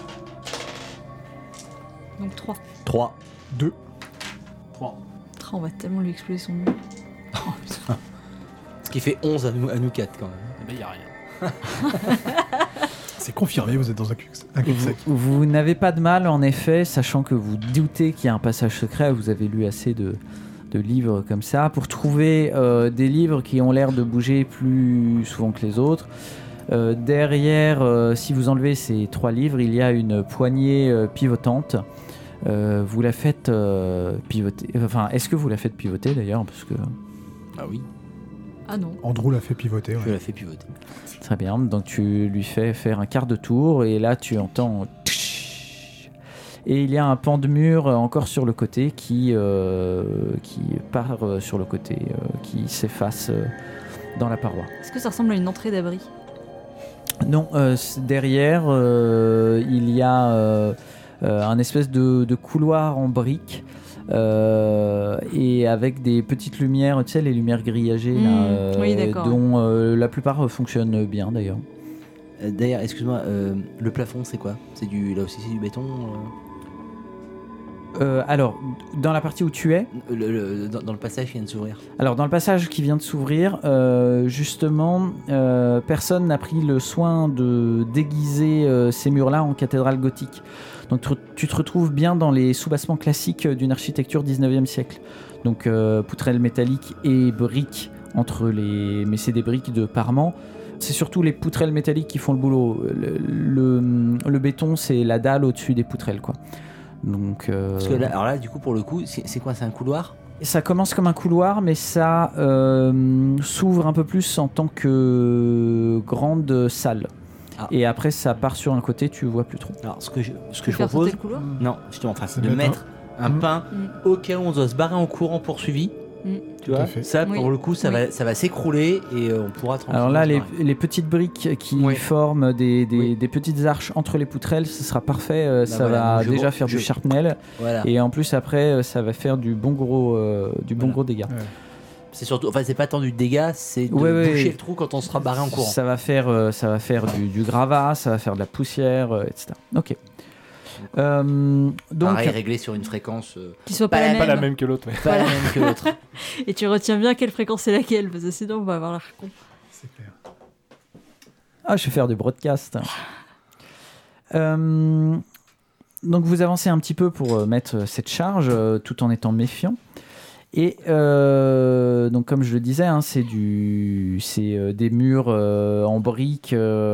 [SPEAKER 5] Donc 3.
[SPEAKER 6] 3.
[SPEAKER 3] 2.
[SPEAKER 5] On va tellement lui exploser son mur.
[SPEAKER 6] Ce qui fait 11 à nous 4 quand même.
[SPEAKER 4] Eh ben, y a rien.
[SPEAKER 3] C'est confirmé, vous êtes dans un cul-de-sac.
[SPEAKER 1] Vous n'avez pas de mal, en effet, sachant que vous doutez qu'il y a un passage secret. Vous avez lu assez de livres comme ça pour trouver des livres qui ont l'air de bouger plus souvent que les autres. Derrière, si vous enlevez ces 3 livres, il y a une poignée pivotante. Vous la faites pivoter. Enfin, est-ce que vous la faites pivoter d'ailleurs? Parce que...
[SPEAKER 6] Ah oui,
[SPEAKER 5] Ah non.
[SPEAKER 3] Andrew l'a fait pivoter.
[SPEAKER 6] je
[SPEAKER 3] Ouais.
[SPEAKER 6] la fais pivoter.
[SPEAKER 1] Très bien, donc tu lui fais faire un quart de tour et là tu entends et il y a un pan de mur encore sur le côté qui part sur le côté, qui s'efface dans la paroi.
[SPEAKER 5] Est-ce que ça ressemble à une entrée d'abri?
[SPEAKER 1] Non, derrière il y a un espèce de couloir en briques. Et avec des petites lumières, tu sais, les lumières grillagées là,
[SPEAKER 5] oui, d'accord.
[SPEAKER 1] dont la plupart fonctionnent bien d'ailleurs.
[SPEAKER 6] D'ailleurs, excuse-moi, le plafond c'est quoi? C'est là aussi c'est du béton
[SPEAKER 1] Alors, dans la partie où tu es,
[SPEAKER 6] Dans le passage qui vient de s'ouvrir.
[SPEAKER 1] alors dans le passage qui vient de s'ouvrir, justement, personne n'a pris le soin de déguiser ces murs-là en cathédrale gothique. Donc tu te retrouves bien dans les sous-bassements classiques d'une architecture 19e siècle. Donc poutrelles métalliques et briques mais c'est des briques de parement. C'est surtout les poutrelles métalliques qui font le boulot. Le béton, c'est la dalle au-dessus des poutrelles, quoi. Donc,
[SPEAKER 6] Parce que là, alors là, du coup, pour le coup, c'est quoi? C'est un couloir?
[SPEAKER 1] ça commence comme un couloir, mais ça s'ouvre un peu plus en tant que grande salle.
[SPEAKER 6] Ah.
[SPEAKER 1] Et après, ça part sur un côté, tu vois plus trop.
[SPEAKER 6] Alors, ce que je
[SPEAKER 5] Faire
[SPEAKER 6] propose,
[SPEAKER 5] sauter le couloir.
[SPEAKER 6] non, justement, enfin, c'est de
[SPEAKER 3] mettre
[SPEAKER 6] mettre un pain au cas où on doit se barrer en courant poursuivi. Tu
[SPEAKER 3] Tout à
[SPEAKER 6] vois,
[SPEAKER 3] fait.
[SPEAKER 6] ça,
[SPEAKER 5] Oui.
[SPEAKER 6] pour le coup, ça va s'écrouler et on pourra tranquillement.
[SPEAKER 1] Alors là,
[SPEAKER 6] se
[SPEAKER 1] les,
[SPEAKER 6] barrer.
[SPEAKER 1] les petites briques qui
[SPEAKER 6] Oui.
[SPEAKER 1] forment des
[SPEAKER 6] Oui.
[SPEAKER 1] petites arches entre les poutrelles, ce sera parfait. Ça
[SPEAKER 6] voilà,
[SPEAKER 1] va
[SPEAKER 6] donc
[SPEAKER 1] déjà faire du sharpnel.
[SPEAKER 6] Voilà.
[SPEAKER 1] Et en plus, après, ça va faire du bon gros dégât.
[SPEAKER 3] Ouais.
[SPEAKER 6] C'est surtout, enfin, c'est pas tant du dégât, c'est de
[SPEAKER 1] Ouais, ouais,
[SPEAKER 6] boucher
[SPEAKER 1] ouais.
[SPEAKER 6] le trou quand on sera barré en courant.
[SPEAKER 1] Ça va faire du gravat, ça va faire de la poussière, etc. Ok. Donc,
[SPEAKER 6] Pareil, réglé sur une fréquence
[SPEAKER 5] Qui soit pas,
[SPEAKER 6] Pas
[SPEAKER 4] Pas la
[SPEAKER 5] même.
[SPEAKER 4] même que l'autre, ouais.
[SPEAKER 6] pas la même que l'autre.
[SPEAKER 5] Et tu retiens bien quelle fréquence c'est laquelle, parce que sinon on va avoir l'air con.
[SPEAKER 3] C'est clair.
[SPEAKER 1] je vais faire du broadcast. Donc vous avancez un petit peu pour mettre cette charge tout en étant méfiant. Et donc comme je le disais, hein, c'est des murs en briques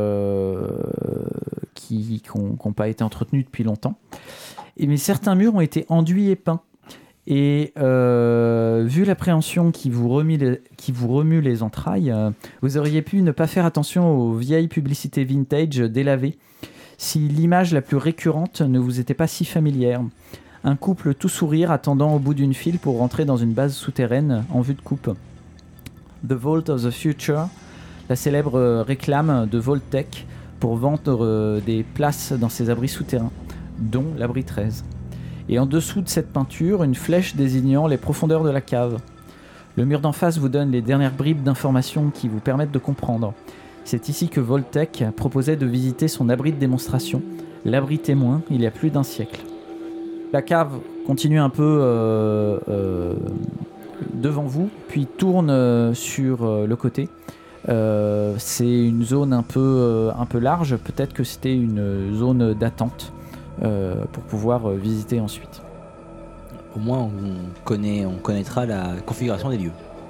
[SPEAKER 1] qui n'ont pas été entretenus depuis longtemps. Mais certains murs ont été enduits et peints. Et vu l'appréhension qui vous remue les entrailles, vous auriez pu ne pas faire attention aux vieilles publicités vintage délavées si l'image la plus récurrente ne vous était pas si familière. Un couple tout sourire attendant au bout d'une file pour rentrer dans une base souterraine en vue de coupe. The Vault of the Future, la célèbre réclame de Vault-Tec pour vendre des places dans ses abris souterrains, dont l'abri 13. Et en dessous de cette peinture, une flèche désignant les profondeurs de la cave. Le mur d'en face vous donne les dernières bribes d'informations qui vous permettent de comprendre. C'est ici que Vault-Tec proposait de visiter son abri de démonstration, l'abri témoin, il y a plus d'un siècle. La cave continue un peu devant vous, puis tourne sur le côté. C'est une zone un peu large, peut-être que c'était une zone d'attente pour pouvoir visiter ensuite.
[SPEAKER 6] Au moins, on connaîtra la configuration des lieux.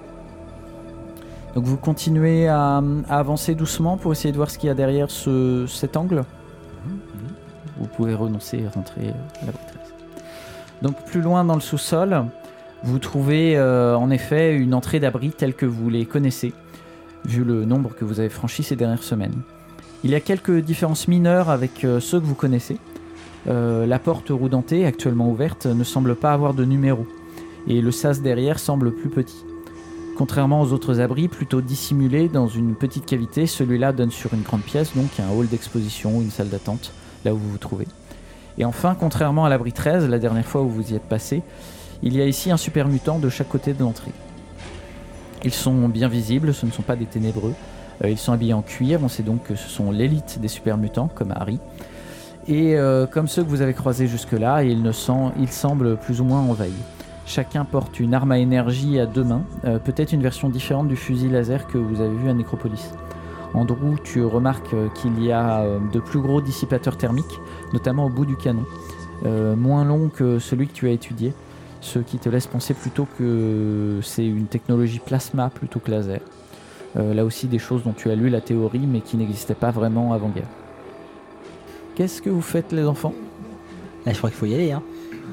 [SPEAKER 1] Donc vous continuez à avancer doucement pour essayer de voir ce qu'il y a derrière cet angle. Vous pouvez renoncer et rentrer à la prêtresse. Donc plus loin dans le sous-sol, vous trouvez en effet une entrée d'abri telle que vous les connaissez, vu le nombre que vous avez franchi ces dernières semaines. Il y a quelques différences mineures avec ceux que vous connaissez. La porte roue-dentée, actuellement ouverte, ne semble pas avoir de numéro, et le sas derrière semble plus petit. Contrairement aux autres abris, plutôt dissimulés dans une petite cavité, celui-là donne sur une grande pièce, donc un hall d'exposition ou une salle d'attente, là où vous vous trouvez. Et enfin, contrairement à l'abri 13, la dernière fois où vous y êtes passé, il y a ici un super mutant de chaque côté de l'entrée. Ils sont bien visibles, ce ne sont pas des ténébreux. Ils sont habillés en cuir, on sait donc que ce sont l'élite des super mutants, comme Harry. Et comme ceux que vous avez croisés jusque-là, ils semblent plus ou moins envahis. Chacun porte une arme à énergie à 2 mains, peut-être une version différente du fusil laser que vous avez vu à Necropolis. Andrew, tu remarques qu'il y a de plus gros dissipateurs thermiques, notamment au bout du canon, moins long que celui que tu as étudié, ce qui te laisse penser plutôt que c'est une technologie plasma plutôt que laser. Là aussi des choses dont tu as lu la théorie mais qui n'existaient pas vraiment avant-guerre. Qu'est-ce que vous faites les enfants ?
[SPEAKER 6] Là, je crois qu'il faut y aller, hein.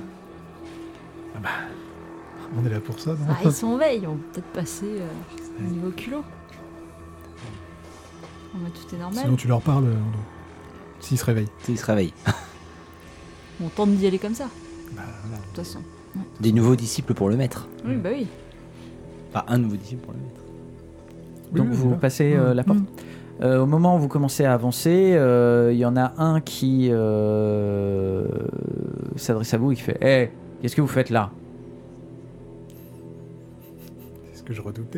[SPEAKER 3] On est là pour ça, non?
[SPEAKER 5] Ah, ils sont en veille, on peut peut-être passer au niveau culot. Mais tout est normal.
[SPEAKER 3] Sinon tu leur parles, Andrew. S'ils se réveillent.
[SPEAKER 6] Il se réveille.
[SPEAKER 5] On tente d'y aller comme ça,
[SPEAKER 3] Bah, voilà.
[SPEAKER 5] de toute façon.
[SPEAKER 6] Des nouveaux disciples pour le maître.
[SPEAKER 5] Oui, bah oui.
[SPEAKER 6] Enfin, un nouveau disciple pour le maître.
[SPEAKER 1] Donc
[SPEAKER 3] Oui,
[SPEAKER 1] vous
[SPEAKER 3] oui,
[SPEAKER 1] passez la porte. Au moment où vous commencez à avancer, il y en a un qui s'adresse à vous et qui fait « Hey, qu'est-ce que vous faites là ?»
[SPEAKER 3] C'est ce que je redoutais.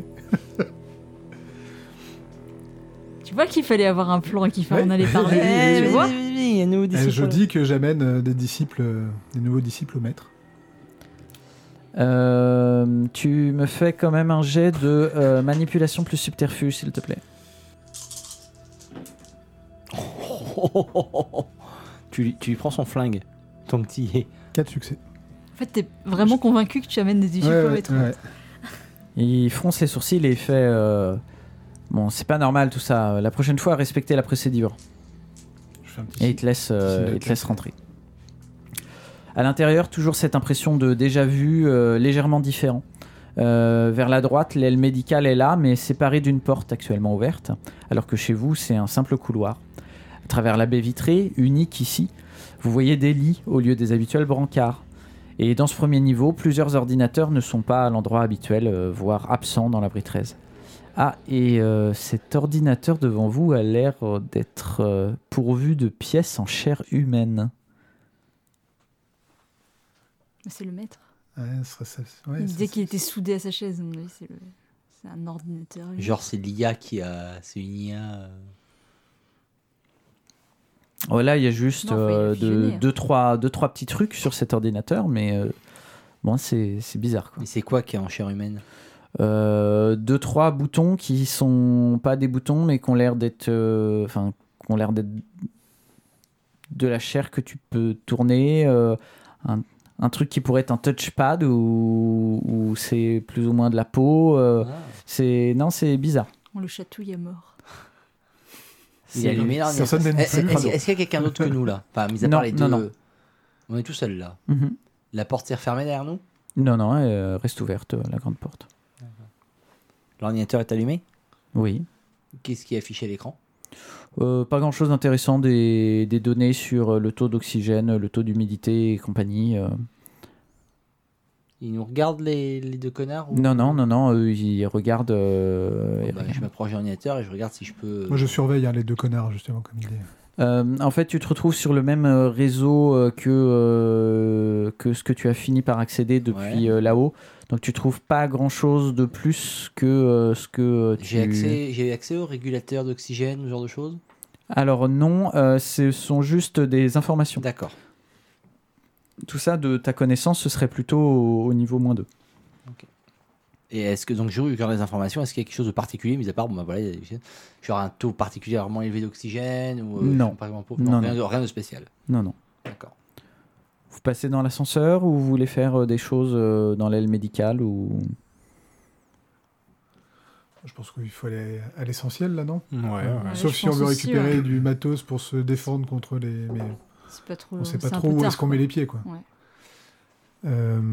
[SPEAKER 5] Tu vois qu'il fallait avoir un plan et qu'il fallait
[SPEAKER 3] Ouais.
[SPEAKER 5] en aller parler.
[SPEAKER 3] Oui,
[SPEAKER 5] Tu vois
[SPEAKER 6] oui, un nouveau disciple.
[SPEAKER 3] Je dis que j'amène des nouveaux disciples au maître.
[SPEAKER 1] Tu me fais quand même un jet de manipulation plus subterfuge, s'il te plaît.
[SPEAKER 6] Tu lui prends son flingue, tant que t'y es.
[SPEAKER 3] 4 succès.
[SPEAKER 5] En fait, t'es vraiment convaincu que tu amènes des issues poètes.
[SPEAKER 1] Il fronce les sourcils et il fait bon, c'est pas normal tout ça. La prochaine fois, respectez la procédure.
[SPEAKER 3] Je fais un petit
[SPEAKER 1] Et il te laisse rentrer. À l'intérieur, toujours cette impression de déjà vu légèrement différent. Vers la droite, l'aile médicale est là, mais séparée d'une porte actuellement ouverte, alors que chez vous, c'est un simple couloir. À travers la baie vitrée, unique ici, vous voyez des lits au lieu des habituels brancards. Et dans ce premier niveau, plusieurs ordinateurs ne sont pas à l'endroit habituel, voire absents dans l'abri 13. Ah, et cet ordinateur devant vous a l'air d'être pourvu de pièces en chair humaine.
[SPEAKER 5] C'est le maître.
[SPEAKER 3] Ouais,
[SPEAKER 5] Il disait qu'il était soudé à sa chaise. À mon avis, c'est un ordinateur.
[SPEAKER 6] Genre, c'est l'IA qui a. C'est une IA.
[SPEAKER 1] Oh, là, il y a juste
[SPEAKER 5] Non,
[SPEAKER 1] deux, trois petits trucs sur cet ordinateur, mais bon, c'est bizarre, quoi.
[SPEAKER 6] Mais c'est quoi qui est en chair humaine?
[SPEAKER 1] 2-3 boutons qui sont pas des boutons, mais qui ont l'air d'être. Qui ont l'air d'être de la chair que tu peux tourner. Un truc qui pourrait être un touchpad ou c'est plus ou moins de la peau. C'est bizarre.
[SPEAKER 5] On le chatouille à mort.
[SPEAKER 6] Il est allumé là.
[SPEAKER 3] Personne n'est
[SPEAKER 6] Est-ce qu'il y a quelqu'un d'autre que nous là? Enfin, mis à part les deux.
[SPEAKER 1] Non.
[SPEAKER 6] On est tout seul là.
[SPEAKER 1] Mm-hmm.
[SPEAKER 6] La porte s'est refermée derrière nous?
[SPEAKER 1] Non, elle reste ouverte, la grande porte.
[SPEAKER 6] L'ordinateur est allumé?
[SPEAKER 1] Oui.
[SPEAKER 6] Qu'est-ce qui est affiché à l'écran?
[SPEAKER 1] Pas grand chose d'intéressant, des données sur le taux d'oxygène, le taux d'humidité et compagnie.
[SPEAKER 6] Ils nous regardent les deux connards ou...
[SPEAKER 1] Non, eux, ils regardent.
[SPEAKER 6] Je m'approche de l'ordinateur et je regarde si je peux.
[SPEAKER 3] Moi, je surveille les deux connards, justement, comme il dit.
[SPEAKER 1] En fait, tu te retrouves sur le même réseau que ce que tu as fini par accéder depuis là-haut. Donc, tu trouves pas grand-chose de plus que ce que tu...
[SPEAKER 6] J'ai accès au régulateur d'oxygène, ce genre de choses?
[SPEAKER 1] Alors non, ce sont juste des informations.
[SPEAKER 6] D'accord.
[SPEAKER 1] Tout ça, de ta connaissance, ce serait plutôt au niveau -2.
[SPEAKER 6] Okay. Et est-ce que, donc, je regarde les informations, est-ce qu'il y a quelque chose de particulier, mis à part, genre un taux particulièrement élevé d'oxygène ou,
[SPEAKER 1] non.
[SPEAKER 6] Par exemple,
[SPEAKER 1] Non,
[SPEAKER 6] rien de spécial.
[SPEAKER 1] Non.
[SPEAKER 6] D'accord.
[SPEAKER 1] Vous passez dans l'ascenseur ou vous voulez faire des choses dans l'aile médicale ou...
[SPEAKER 3] Je pense qu'il faut aller à l'essentiel, là, non?
[SPEAKER 4] Ouais.
[SPEAKER 3] Sauf si on veut récupérer du matos pour se défendre contre les... Mais
[SPEAKER 5] c'est pas trop,
[SPEAKER 3] on sait pas trop où est-ce qu'on met les pieds, quoi.
[SPEAKER 5] Ouais.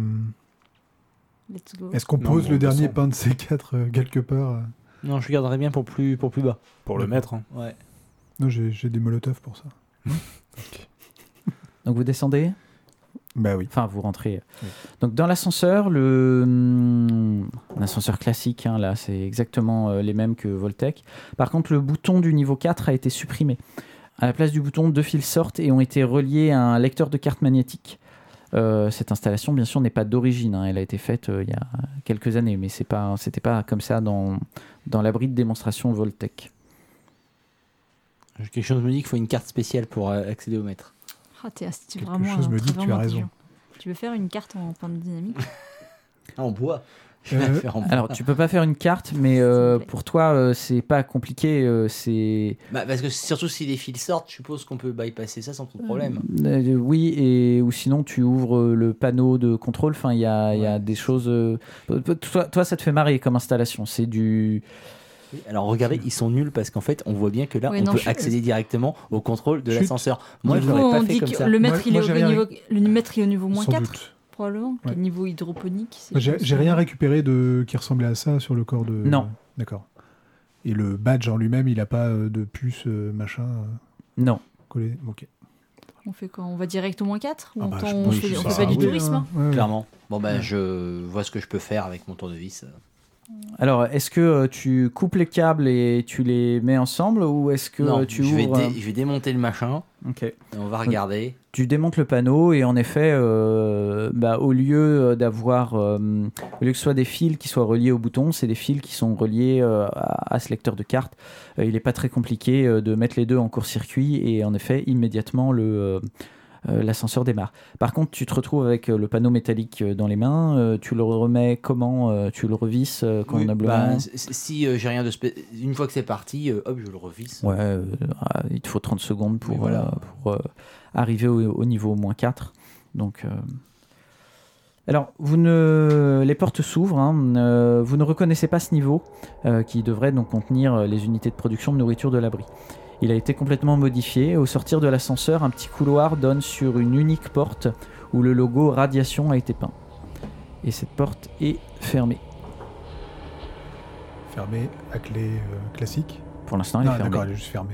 [SPEAKER 5] Let's go.
[SPEAKER 3] Est-ce qu'on pose le dernier pain de C4 quelque part?
[SPEAKER 6] Non, je garderais bien pour plus bas.
[SPEAKER 4] Pour le mettre. Hein.
[SPEAKER 6] Ouais.
[SPEAKER 3] Non, j'ai des molotovs pour ça.
[SPEAKER 1] Okay. Donc vous descendez?
[SPEAKER 3] Bah oui.
[SPEAKER 1] Enfin, vous rentrez.
[SPEAKER 3] Oui.
[SPEAKER 1] Donc dans l'ascenseur, un ascenseur classique, hein, là, c'est exactement les mêmes que Voltec. Par contre, le bouton du niveau 4 a été supprimé. À la place du bouton, 2 fils sortent et ont été reliés à un lecteur de carte magnétique. Cette installation, bien sûr, n'est pas d'origine. Hein. Elle a été faite il y a quelques années, mais c'était pas comme ça dans l'abri de démonstration Voltec.
[SPEAKER 6] Quelque chose me dit qu'il faut une carte spéciale pour accéder au maître.
[SPEAKER 5] Quelque chose
[SPEAKER 3] me dit que tu as raison.
[SPEAKER 5] Tu veux faire une carte en point de dynamique?
[SPEAKER 6] En bois.
[SPEAKER 1] Alors, tu peux pas faire une carte, mais pour toi, c'est pas compliqué.
[SPEAKER 6] Parce que surtout si les fils sortent, je suppose qu'on peut bypasser ça sans trop de problème.
[SPEAKER 1] Oui, ou sinon tu ouvres le panneau de contrôle. Enfin, il y a des choses. Toi, ça te fait marrer comme installation. C'est du.
[SPEAKER 6] Oui, alors regardez, ils sont nuls parce qu'en fait, on voit bien que là, on peut accéder directement au contrôle de l'ascenseur. Moi, je l'aurais pas fait comme ça.
[SPEAKER 5] Le maître, il est au niveau moins
[SPEAKER 3] Sans
[SPEAKER 5] 4.
[SPEAKER 3] doute.
[SPEAKER 5] Probablement. Quel niveau hydroponique?
[SPEAKER 3] J'ai rien récupéré qui ressemblait à ça sur le corps de...
[SPEAKER 1] Non.
[SPEAKER 3] D'accord. Et le badge en lui-même, il a pas de puce, machin
[SPEAKER 1] Non.
[SPEAKER 3] Collé. Ok.
[SPEAKER 5] On fait quoi? On va direct au moins 4? Ou
[SPEAKER 3] on
[SPEAKER 5] fait pas du tourisme?
[SPEAKER 6] Clairement. Bon, je vois ce que je peux faire avec mon tournevis.
[SPEAKER 1] Alors, est-ce que tu coupes les câbles et tu les mets ensemble ou est-ce que tu ouvres...
[SPEAKER 6] Je vais démonter le machin.
[SPEAKER 1] Ok.
[SPEAKER 6] Et on va regarder.
[SPEAKER 1] Tu démontes le panneau et en effet, au lieu d'avoir... au lieu que ce soit des fils qui soient reliés au bouton, c'est des fils qui sont reliés à ce lecteur de carte. Il n'est pas très compliqué de mettre les deux en court-circuit et en effet, immédiatement, l'ascenseur démarre. Par contre, tu te retrouves avec le panneau métallique dans les mains, tu le remets comment tu le revisses convenablement.
[SPEAKER 6] Si j'ai rien de une fois que c'est parti, hop, je le revisse.
[SPEAKER 1] Ouais, il te faut 30 secondes pour,
[SPEAKER 6] Oui, voilà.
[SPEAKER 1] pour arriver au niveau -4. Donc, alors, les portes s'ouvrent, hein, vous ne reconnaissez pas ce niveau qui devrait donc contenir les unités de production de nourriture de l'abri. Il a été complètement modifié. Au sortir de l'ascenseur, un petit couloir donne sur une unique porte où le logo Radiation a été peint. Et cette porte est fermée.
[SPEAKER 3] Fermée à clé classique.
[SPEAKER 1] Pour l'instant, elle est fermée.
[SPEAKER 3] D'accord, elle est juste fermée.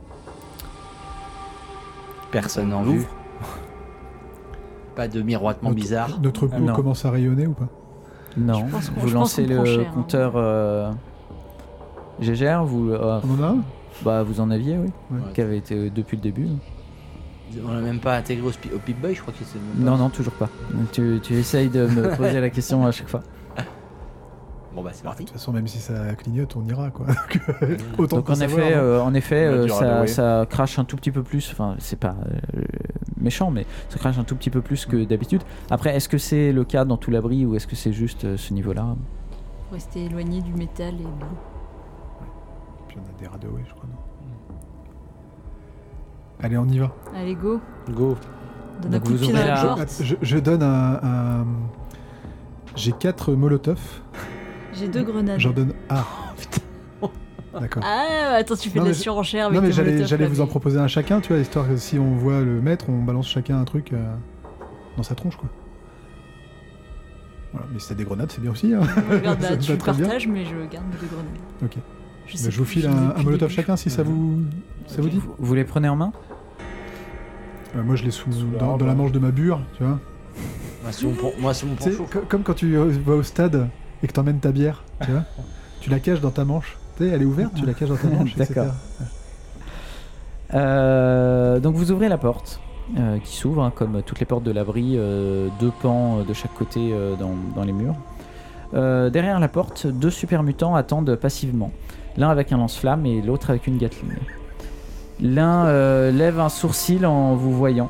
[SPEAKER 6] Personne en vue. Pas de miroitement bizarre.
[SPEAKER 3] Notre pot
[SPEAKER 1] non.
[SPEAKER 3] commence à rayonner ou pas?
[SPEAKER 1] Non,
[SPEAKER 5] pense qu'on-
[SPEAKER 1] vous
[SPEAKER 5] je pense
[SPEAKER 1] lancez
[SPEAKER 5] qu'on prend
[SPEAKER 1] le
[SPEAKER 5] cher, hein.
[SPEAKER 1] compteur Gégère, vous,
[SPEAKER 3] On en a un?
[SPEAKER 1] bah, vous en aviez, oui,
[SPEAKER 3] Ouais.
[SPEAKER 1] qui avait été depuis le début.
[SPEAKER 6] On l'a même pas intégré au Pip-Boy, je crois que c'est même pas.
[SPEAKER 1] Non, toujours pas. Tu essayes de me poser la question à chaque fois.
[SPEAKER 6] Bon bah c'est
[SPEAKER 3] De
[SPEAKER 6] parti.
[SPEAKER 3] toute façon, même si ça clignote, on ira quoi. Autant
[SPEAKER 1] Donc
[SPEAKER 3] qu'on
[SPEAKER 1] en
[SPEAKER 3] savoir,
[SPEAKER 1] effet,
[SPEAKER 3] hein.
[SPEAKER 4] On a dû
[SPEAKER 1] ça,
[SPEAKER 4] radoyer.
[SPEAKER 1] ça crache un tout petit peu plus. Enfin, c'est pas méchant, mais ça crache un tout petit peu plus que d'habitude. Après, est-ce que c'est le cas dans tout l'abri ou est-ce que c'est juste ce niveau-là?
[SPEAKER 5] Faut rester éloigné du métal et de l'eau.
[SPEAKER 3] Puis on a des radioways, je crois. Non. Allez, on y va.
[SPEAKER 5] Allez, go.
[SPEAKER 4] Go.
[SPEAKER 5] Donne
[SPEAKER 1] Donc
[SPEAKER 5] un coup de
[SPEAKER 1] vous
[SPEAKER 5] pied dans
[SPEAKER 1] ouvrez
[SPEAKER 5] la
[SPEAKER 1] la-
[SPEAKER 5] porte.
[SPEAKER 3] Je donne un... J'ai 4 molotovs.
[SPEAKER 5] J'ai 2 grenades.
[SPEAKER 3] J'en donne... Ah, d'accord.
[SPEAKER 5] Ah, attends, tu fais
[SPEAKER 3] Non,
[SPEAKER 5] de la
[SPEAKER 3] mais je-
[SPEAKER 5] surenchère avec
[SPEAKER 3] Non mais
[SPEAKER 5] tes
[SPEAKER 3] j'allais
[SPEAKER 5] molotovs, là,
[SPEAKER 3] vous en
[SPEAKER 5] mais-
[SPEAKER 3] proposer un chacun, tu vois, histoire que si on voit le maître, on balance chacun un truc dans sa tronche, quoi. Voilà, mais si t'as des grenades, c'est bien aussi. Hein.
[SPEAKER 5] Regarde,
[SPEAKER 3] Ça
[SPEAKER 5] bah,
[SPEAKER 3] me
[SPEAKER 5] tu
[SPEAKER 3] va très bien.
[SPEAKER 5] partages, mais je garde mes 2 grenades.
[SPEAKER 3] Ok.
[SPEAKER 5] Je sais
[SPEAKER 3] Mais je vous
[SPEAKER 5] plus,
[SPEAKER 3] file
[SPEAKER 5] j'en ai
[SPEAKER 3] un
[SPEAKER 5] depuis le
[SPEAKER 3] molotov
[SPEAKER 5] début.
[SPEAKER 3] chacun si ça vous dit.
[SPEAKER 1] Vous les prenez en main?
[SPEAKER 3] Moi je l'ai
[SPEAKER 4] Sous
[SPEAKER 3] dans
[SPEAKER 4] l'arbre.
[SPEAKER 3] la manche de ma bure, tu vois.
[SPEAKER 6] Moi c'est mon
[SPEAKER 3] Tu sais,
[SPEAKER 6] poncho.
[SPEAKER 3] comme quand tu vas au stade et que t'emmènes ta bière, tu vois. Tu la caches dans ta manche. Tu sais, elle est ouverte, tu la caches dans ta manche,
[SPEAKER 1] D'accord.
[SPEAKER 3] etc.
[SPEAKER 1] Donc vous ouvrez la porte qui s'ouvre, hein, comme toutes les portes de l'abri, 2 pans de chaque côté dans les murs. Derrière la porte, 2 super mutants attendent passivement. L'un avec un lance-flamme et l'autre avec une Gatling. L'un lève un sourcil en vous voyant.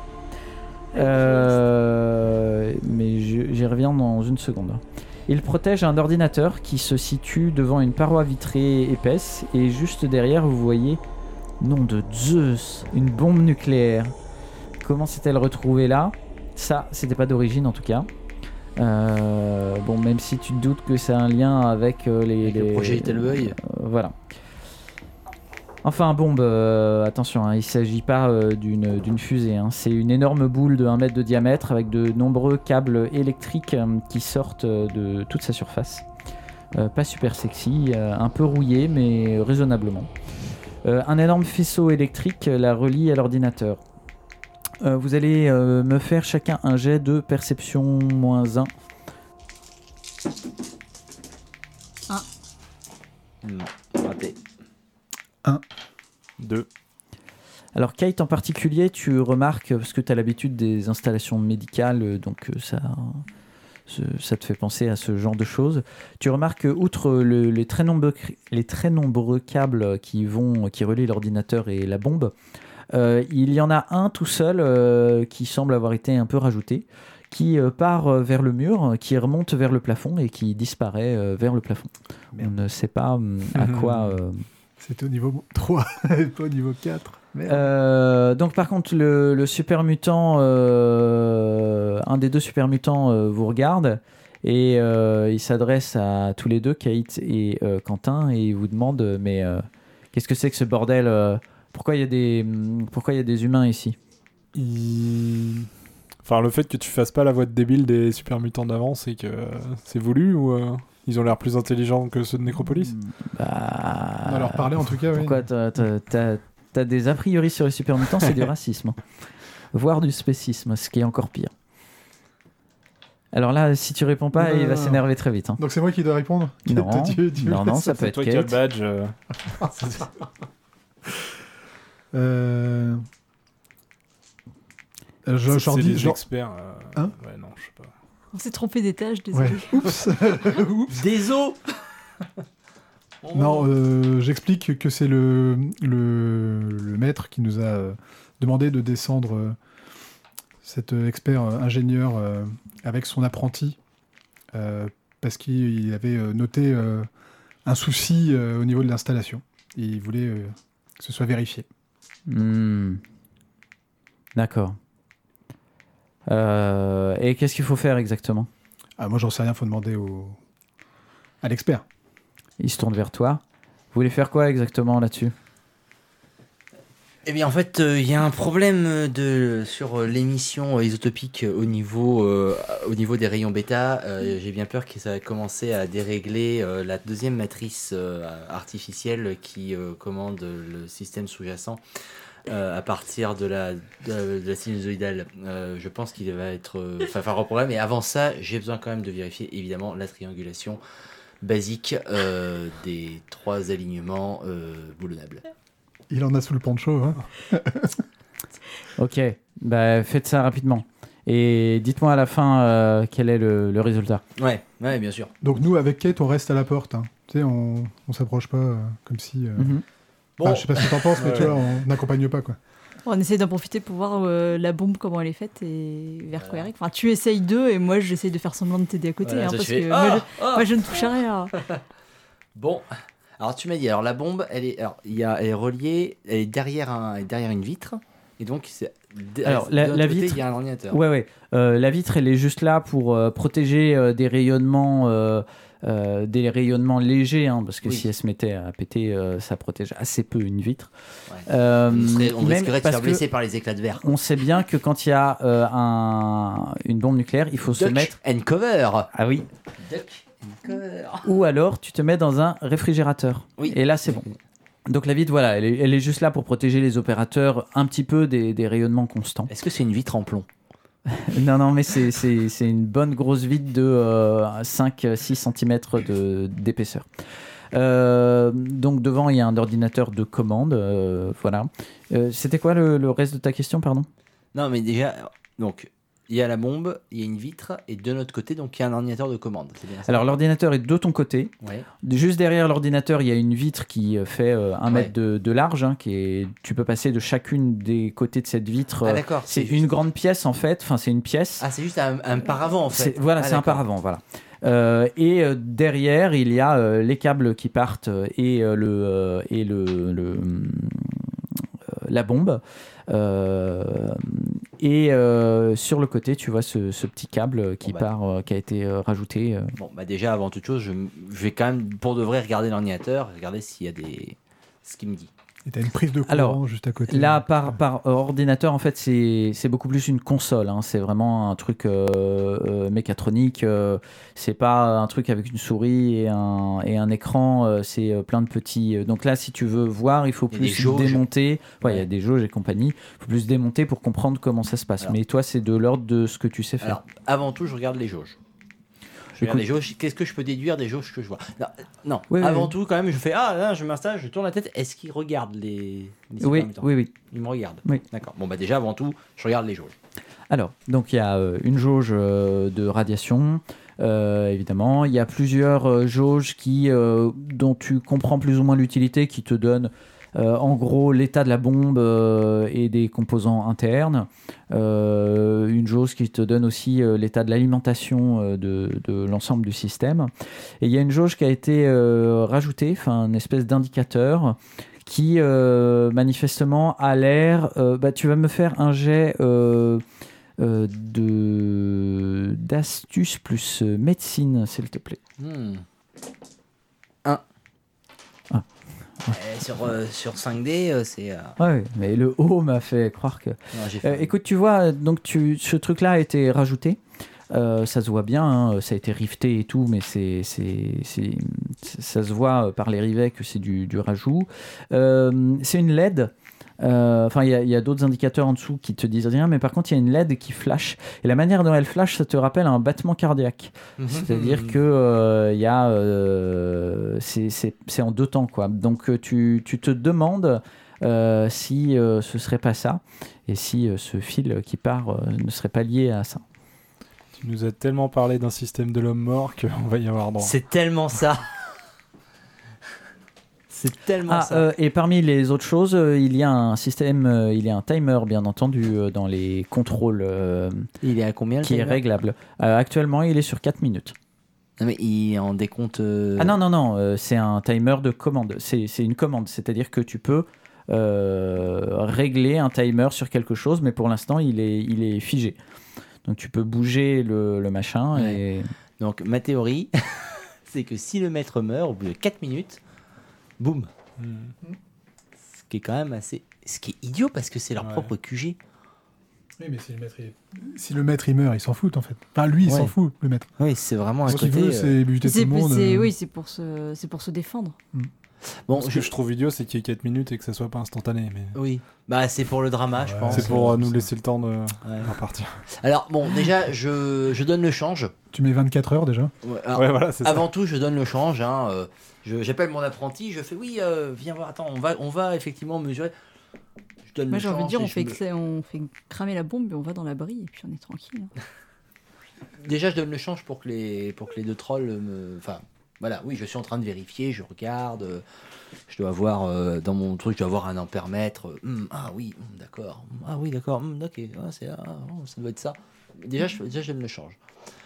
[SPEAKER 1] Mais j'y reviens dans une seconde. Il protège un ordinateur qui se situe devant une paroi vitrée épaisse et juste derrière vous voyez, nom de Zeus, une bombe nucléaire. Comment s'est-elle retrouvée là? Ça, c'était pas d'origine en tout cas. Bon, même si tu te doutes que c'est un lien avec
[SPEAKER 6] Le projet Littleboy.
[SPEAKER 1] voilà. Enfin, bombe, attention, hein, il ne s'agit pas d'une fusée. Hein. C'est une énorme boule de 1 mètre de diamètre avec de nombreux câbles électriques qui sortent de toute sa surface. Pas super sexy, un peu rouillé, mais raisonnablement. Un énorme faisceau électrique la relie à l'ordinateur. Vous allez me faire chacun un jet de perception -1.
[SPEAKER 6] Non, raté.
[SPEAKER 4] 2.
[SPEAKER 1] Alors Kate en particulier, tu remarques, parce que tu as l'habitude des installations médicales, donc ça te fait penser à ce genre de choses. Tu remarques que, outre les très nombreux câbles qui relient l'ordinateur et la bombe, il y en a un tout seul qui semble avoir été un peu rajouté, qui part vers le mur, qui remonte vers le plafond et qui disparaît vers le plafond.
[SPEAKER 3] Merde.
[SPEAKER 1] On ne sait pas à quoi...
[SPEAKER 3] C'était au niveau 3, et pas au niveau 4. Merde.
[SPEAKER 1] Donc par contre le super mutant, un des 2 super mutants vous regarde et il s'adresse à tous les 2, Kate et Quentin, et il vous demande mais qu'est-ce que c'est que ce bordel, pourquoi il y a des humains ici?
[SPEAKER 4] Enfin, le fait que tu fasses pas la voix de débile des super mutants d'avant, c'est que c'est voulu ou ils ont l'air plus intelligents que ceux de Necropolis?
[SPEAKER 1] Bah,
[SPEAKER 3] On va leur parler en tout cas, oui.
[SPEAKER 1] pourquoi t'as des a priori sur les super mutants? C'est du racisme, hein. Voire du spécisme, ce qui est encore pire. Alors là, si tu réponds pas,
[SPEAKER 3] Non,
[SPEAKER 1] il va
[SPEAKER 3] non.
[SPEAKER 1] s'énerver très vite, hein.
[SPEAKER 3] Donc c'est moi qui dois répondre.
[SPEAKER 1] Non,
[SPEAKER 3] Kate, tu
[SPEAKER 1] non,
[SPEAKER 3] me
[SPEAKER 1] non,
[SPEAKER 3] laisses
[SPEAKER 1] ça peut
[SPEAKER 4] C'est
[SPEAKER 1] être
[SPEAKER 4] toi qui as le
[SPEAKER 1] Kate.
[SPEAKER 4] badge.
[SPEAKER 3] Je
[SPEAKER 4] C'est
[SPEAKER 3] leur dis,
[SPEAKER 4] les
[SPEAKER 3] genre...
[SPEAKER 4] experts.
[SPEAKER 3] Hein
[SPEAKER 4] Ouais, non, je sais pas.
[SPEAKER 5] On s'est trompé d'étage, désolé.
[SPEAKER 3] Ouais. Oups. Oups.
[SPEAKER 6] Des os.
[SPEAKER 3] Non, j'explique que c'est le maître qui nous a demandé de descendre cet expert ingénieur avec son apprenti parce qu'il avait noté un souci au niveau de l'installation. Et il voulait que ce soit vérifié.
[SPEAKER 1] D'accord. Et qu'est-ce qu'il faut faire exactement ?
[SPEAKER 3] Moi, j'en sais rien, il faut demander à l'expert.
[SPEAKER 1] Il se tourne vers toi. Vous voulez faire quoi exactement là-dessus ?
[SPEAKER 6] Eh bien, en fait, il y a un problème sur l'émission isotopique au niveau des rayons bêta. J'ai bien peur que ça va commencer à dérégler la deuxième matrice artificielle qui commande le système sous-jacent à partir de la sinusoïdale. Je pense qu'il va faire un problème. Et avant ça, j'ai besoin quand même de vérifier, évidemment, la triangulation basique des 3 alignements boulonnables.
[SPEAKER 3] Il en a sous le poncho. Hein.
[SPEAKER 1] Ok, faites ça rapidement. Et dites-moi à la fin quel est le résultat.
[SPEAKER 6] Ouais, bien sûr.
[SPEAKER 3] Donc nous, avec Kate, on reste à la porte. Hein. Tu sais, on s'approche pas comme si...
[SPEAKER 6] Bon.
[SPEAKER 3] Je sais pas ce que t'en penses, mais tu vois, on n'accompagne pas, quoi.
[SPEAKER 5] On essaie d'en profiter pour voir la bombe, comment elle est faite et vers quoi elle est. Enfin, tu essayes d'eux et moi, j'essaye de faire semblant de t'aider à côté.
[SPEAKER 6] Voilà,
[SPEAKER 5] parce
[SPEAKER 6] je fais,
[SPEAKER 5] que moi, je ne touche à rien.
[SPEAKER 6] Bon, alors tu m'as dit, alors la bombe, elle est reliée, elle est derrière une vitre. Et donc,
[SPEAKER 1] alors, la vitre,
[SPEAKER 6] il y a un ordinateur.
[SPEAKER 1] Ouais. La vitre, elle est juste là pour protéger des rayonnements légers, hein, parce que si elle se mettait à péter, ça protège assez peu une vitre.
[SPEAKER 6] Ouais. On risquerait de se faire blesser par les éclats de verre.
[SPEAKER 1] On sait bien que quand il y a une bombe nucléaire, il faut se mettre...
[SPEAKER 6] and cover.
[SPEAKER 1] Ah oui.
[SPEAKER 6] Duck and cover.
[SPEAKER 1] Ou alors, tu te mets dans un réfrigérateur.
[SPEAKER 6] Oui.
[SPEAKER 1] Et là, c'est bon. Donc la vitre, voilà, elle est juste là pour protéger les opérateurs un petit peu des rayonnements constants.
[SPEAKER 6] Est-ce que c'est une vitre en plomb ?
[SPEAKER 1] Non, mais c'est une bonne grosse vitre de 5-6 cm d'épaisseur. Donc devant, il y a un ordinateur de commande. Voilà. C'était quoi le reste de ta question, pardon ?
[SPEAKER 6] Non, mais déjà, donc... Il y a la bombe, il y a une vitre, et de notre côté, donc il y a un ordinateur de commande. C'est bien ça ?
[SPEAKER 1] Alors l'ordinateur est de ton côté.
[SPEAKER 6] Ouais.
[SPEAKER 1] Juste derrière l'ordinateur, il y a une vitre qui fait 1 mètre de large. Hein, tu peux passer de chacune des côtés de cette vitre.
[SPEAKER 6] Ah d'accord.
[SPEAKER 1] C'est une grande pièce en fait. Enfin, c'est une pièce.
[SPEAKER 6] Ah, c'est juste un paravent en fait.
[SPEAKER 1] C'est un paravent, voilà. Et derrière, il y a les câbles qui partent et la bombe. Et sur le côté, tu vois ce petit câble qui part, qui a été rajouté.
[SPEAKER 6] Bon, déjà, avant toute chose, je vais quand même, pour de vrai, regarder l'ordinateur, regarder s'il y a ce qu'il me dit.
[SPEAKER 3] Et t'as une prise de courant juste à côté.
[SPEAKER 1] Là, par ordinateur, en fait, c'est beaucoup plus une console. Hein. C'est vraiment un truc mécatronique. C'est pas un truc avec une souris et un écran. C'est plein de petits... Donc là, si tu veux voir, il faut plus démonter. Il y a des jauges et compagnie. Il faut plus démonter pour comprendre comment ça se passe. Alors, mais toi, c'est de l'ordre de ce que tu sais faire.
[SPEAKER 6] Alors, avant tout, je regarde les jauges. Les jauges, qu'est-ce que je peux déduire des jauges que je vois ? Non. Oui, avant tout, quand même, je fais là, je m'installe, je tourne la tête. Est-ce qu'il regarde les
[SPEAKER 1] oui.
[SPEAKER 6] Il me regarde.
[SPEAKER 1] Oui.
[SPEAKER 6] D'accord. Bon, déjà, avant tout, je regarde les jauges.
[SPEAKER 1] Alors, donc il y a une jauge de radiation, évidemment. Il y a plusieurs jauges dont tu comprends plus ou moins l'utilité, qui te donnent en gros l'état de la bombe et des composants internes. Une jauge qui te donne aussi l'état de l'alimentation de l'ensemble du système. Et il y a une jauge qui a été rajoutée, une espèce d'indicateur qui manifestement a l'air... tu vas me faire un jet d'astuce plus médecine, s'il te plaît.
[SPEAKER 6] 1.
[SPEAKER 1] Ah.
[SPEAKER 6] Sur 5D, c'est...
[SPEAKER 1] Ouais, mais le haut m'a fait croire que...
[SPEAKER 6] Non,
[SPEAKER 1] écoute, tu vois, donc ce truc-là a été rajouté. Ça se voit bien, hein, ça a été rifté et tout, mais ça se voit par les rivets que c'est du rajout. C'est une LED. Il y a d'autres indicateurs en dessous qui te disent rien, mais par contre il y a une LED qui flash, et la manière dont elle flash, ça te rappelle un battement cardiaque. C'est-à-dire que c'est en 2 temps, quoi. Donc tu te demandes si ce serait pas ça, et si ce fil qui part ne serait pas lié à ça.
[SPEAKER 4] Tu nous as tellement parlé d'un système de l'homme mort qu'on va y avoir droit.
[SPEAKER 6] C'est tellement ça. C'est tellement ça.
[SPEAKER 1] Et parmi les autres choses, il y a un système, il y a un timer, bien entendu, dans les contrôles
[SPEAKER 6] Il est à combien le
[SPEAKER 1] qui est
[SPEAKER 6] timer
[SPEAKER 1] réglable. Actuellement, il est sur 4 minutes.
[SPEAKER 6] Non, mais il est en décompte.
[SPEAKER 1] Ah non, c'est un timer de commande. C'est une commande, c'est-à-dire que tu peux régler un timer sur quelque chose, mais pour l'instant, il est figé. Donc tu peux bouger le machin.
[SPEAKER 6] Ouais.
[SPEAKER 1] Et...
[SPEAKER 6] Donc ma théorie, c'est que si le maître meurt au bout de 4 minutes, boum. Ce qui est quand même assez. Ce qui est idiot parce que c'est leur
[SPEAKER 4] Ouais.
[SPEAKER 6] propre QG.
[SPEAKER 3] Oui, mais si le maître il meurt, il s'en fout en fait. Enfin, lui, il
[SPEAKER 6] Ouais.
[SPEAKER 3] s'en fout, le maître.
[SPEAKER 6] Oui, c'est vraiment un
[SPEAKER 3] Ce qu'il
[SPEAKER 6] côté.
[SPEAKER 3] veut, c'est buter tout le monde.
[SPEAKER 5] Oui, c'est pour se défendre.
[SPEAKER 6] Bon,
[SPEAKER 4] Ce que je trouve idiot, c'est qu'il y ait 4 minutes et que ça soit pas instantané. Mais...
[SPEAKER 6] Oui, bah c'est pour le drama, je
[SPEAKER 3] Ouais,
[SPEAKER 6] pense.
[SPEAKER 4] C'est pour nous
[SPEAKER 3] ça.
[SPEAKER 4] laisser le temps de
[SPEAKER 6] Ouais.
[SPEAKER 4] repartir.
[SPEAKER 6] Alors bon, déjà, je donne le change.
[SPEAKER 3] Tu mets 24 heures déjà.
[SPEAKER 6] Ouais, alors,
[SPEAKER 4] Ouais, voilà, c'est ça.
[SPEAKER 6] avant tout, je donne le change. Hein, j'appelle mon apprenti, je fais oui, viens voir. Attends, on va effectivement mesurer. Je donne
[SPEAKER 5] Moi,
[SPEAKER 6] le
[SPEAKER 5] j'ai envie de
[SPEAKER 6] change
[SPEAKER 5] dire,
[SPEAKER 6] et
[SPEAKER 5] on
[SPEAKER 6] je
[SPEAKER 5] fait, on fait cramer la bombe et on va dans l'abri et puis on est tranquille. hein.
[SPEAKER 6] Déjà, je donne le change pour que les deux trolls me. Enfin, voilà, oui, je suis en train de vérifier, je regarde. Je dois avoir dans mon truc, je dois avoir un ampèremètre. Ah oui, d'accord. Ah oui, d'accord. Ok, c'est là. Ça doit être ça. Déjà, je donne le change.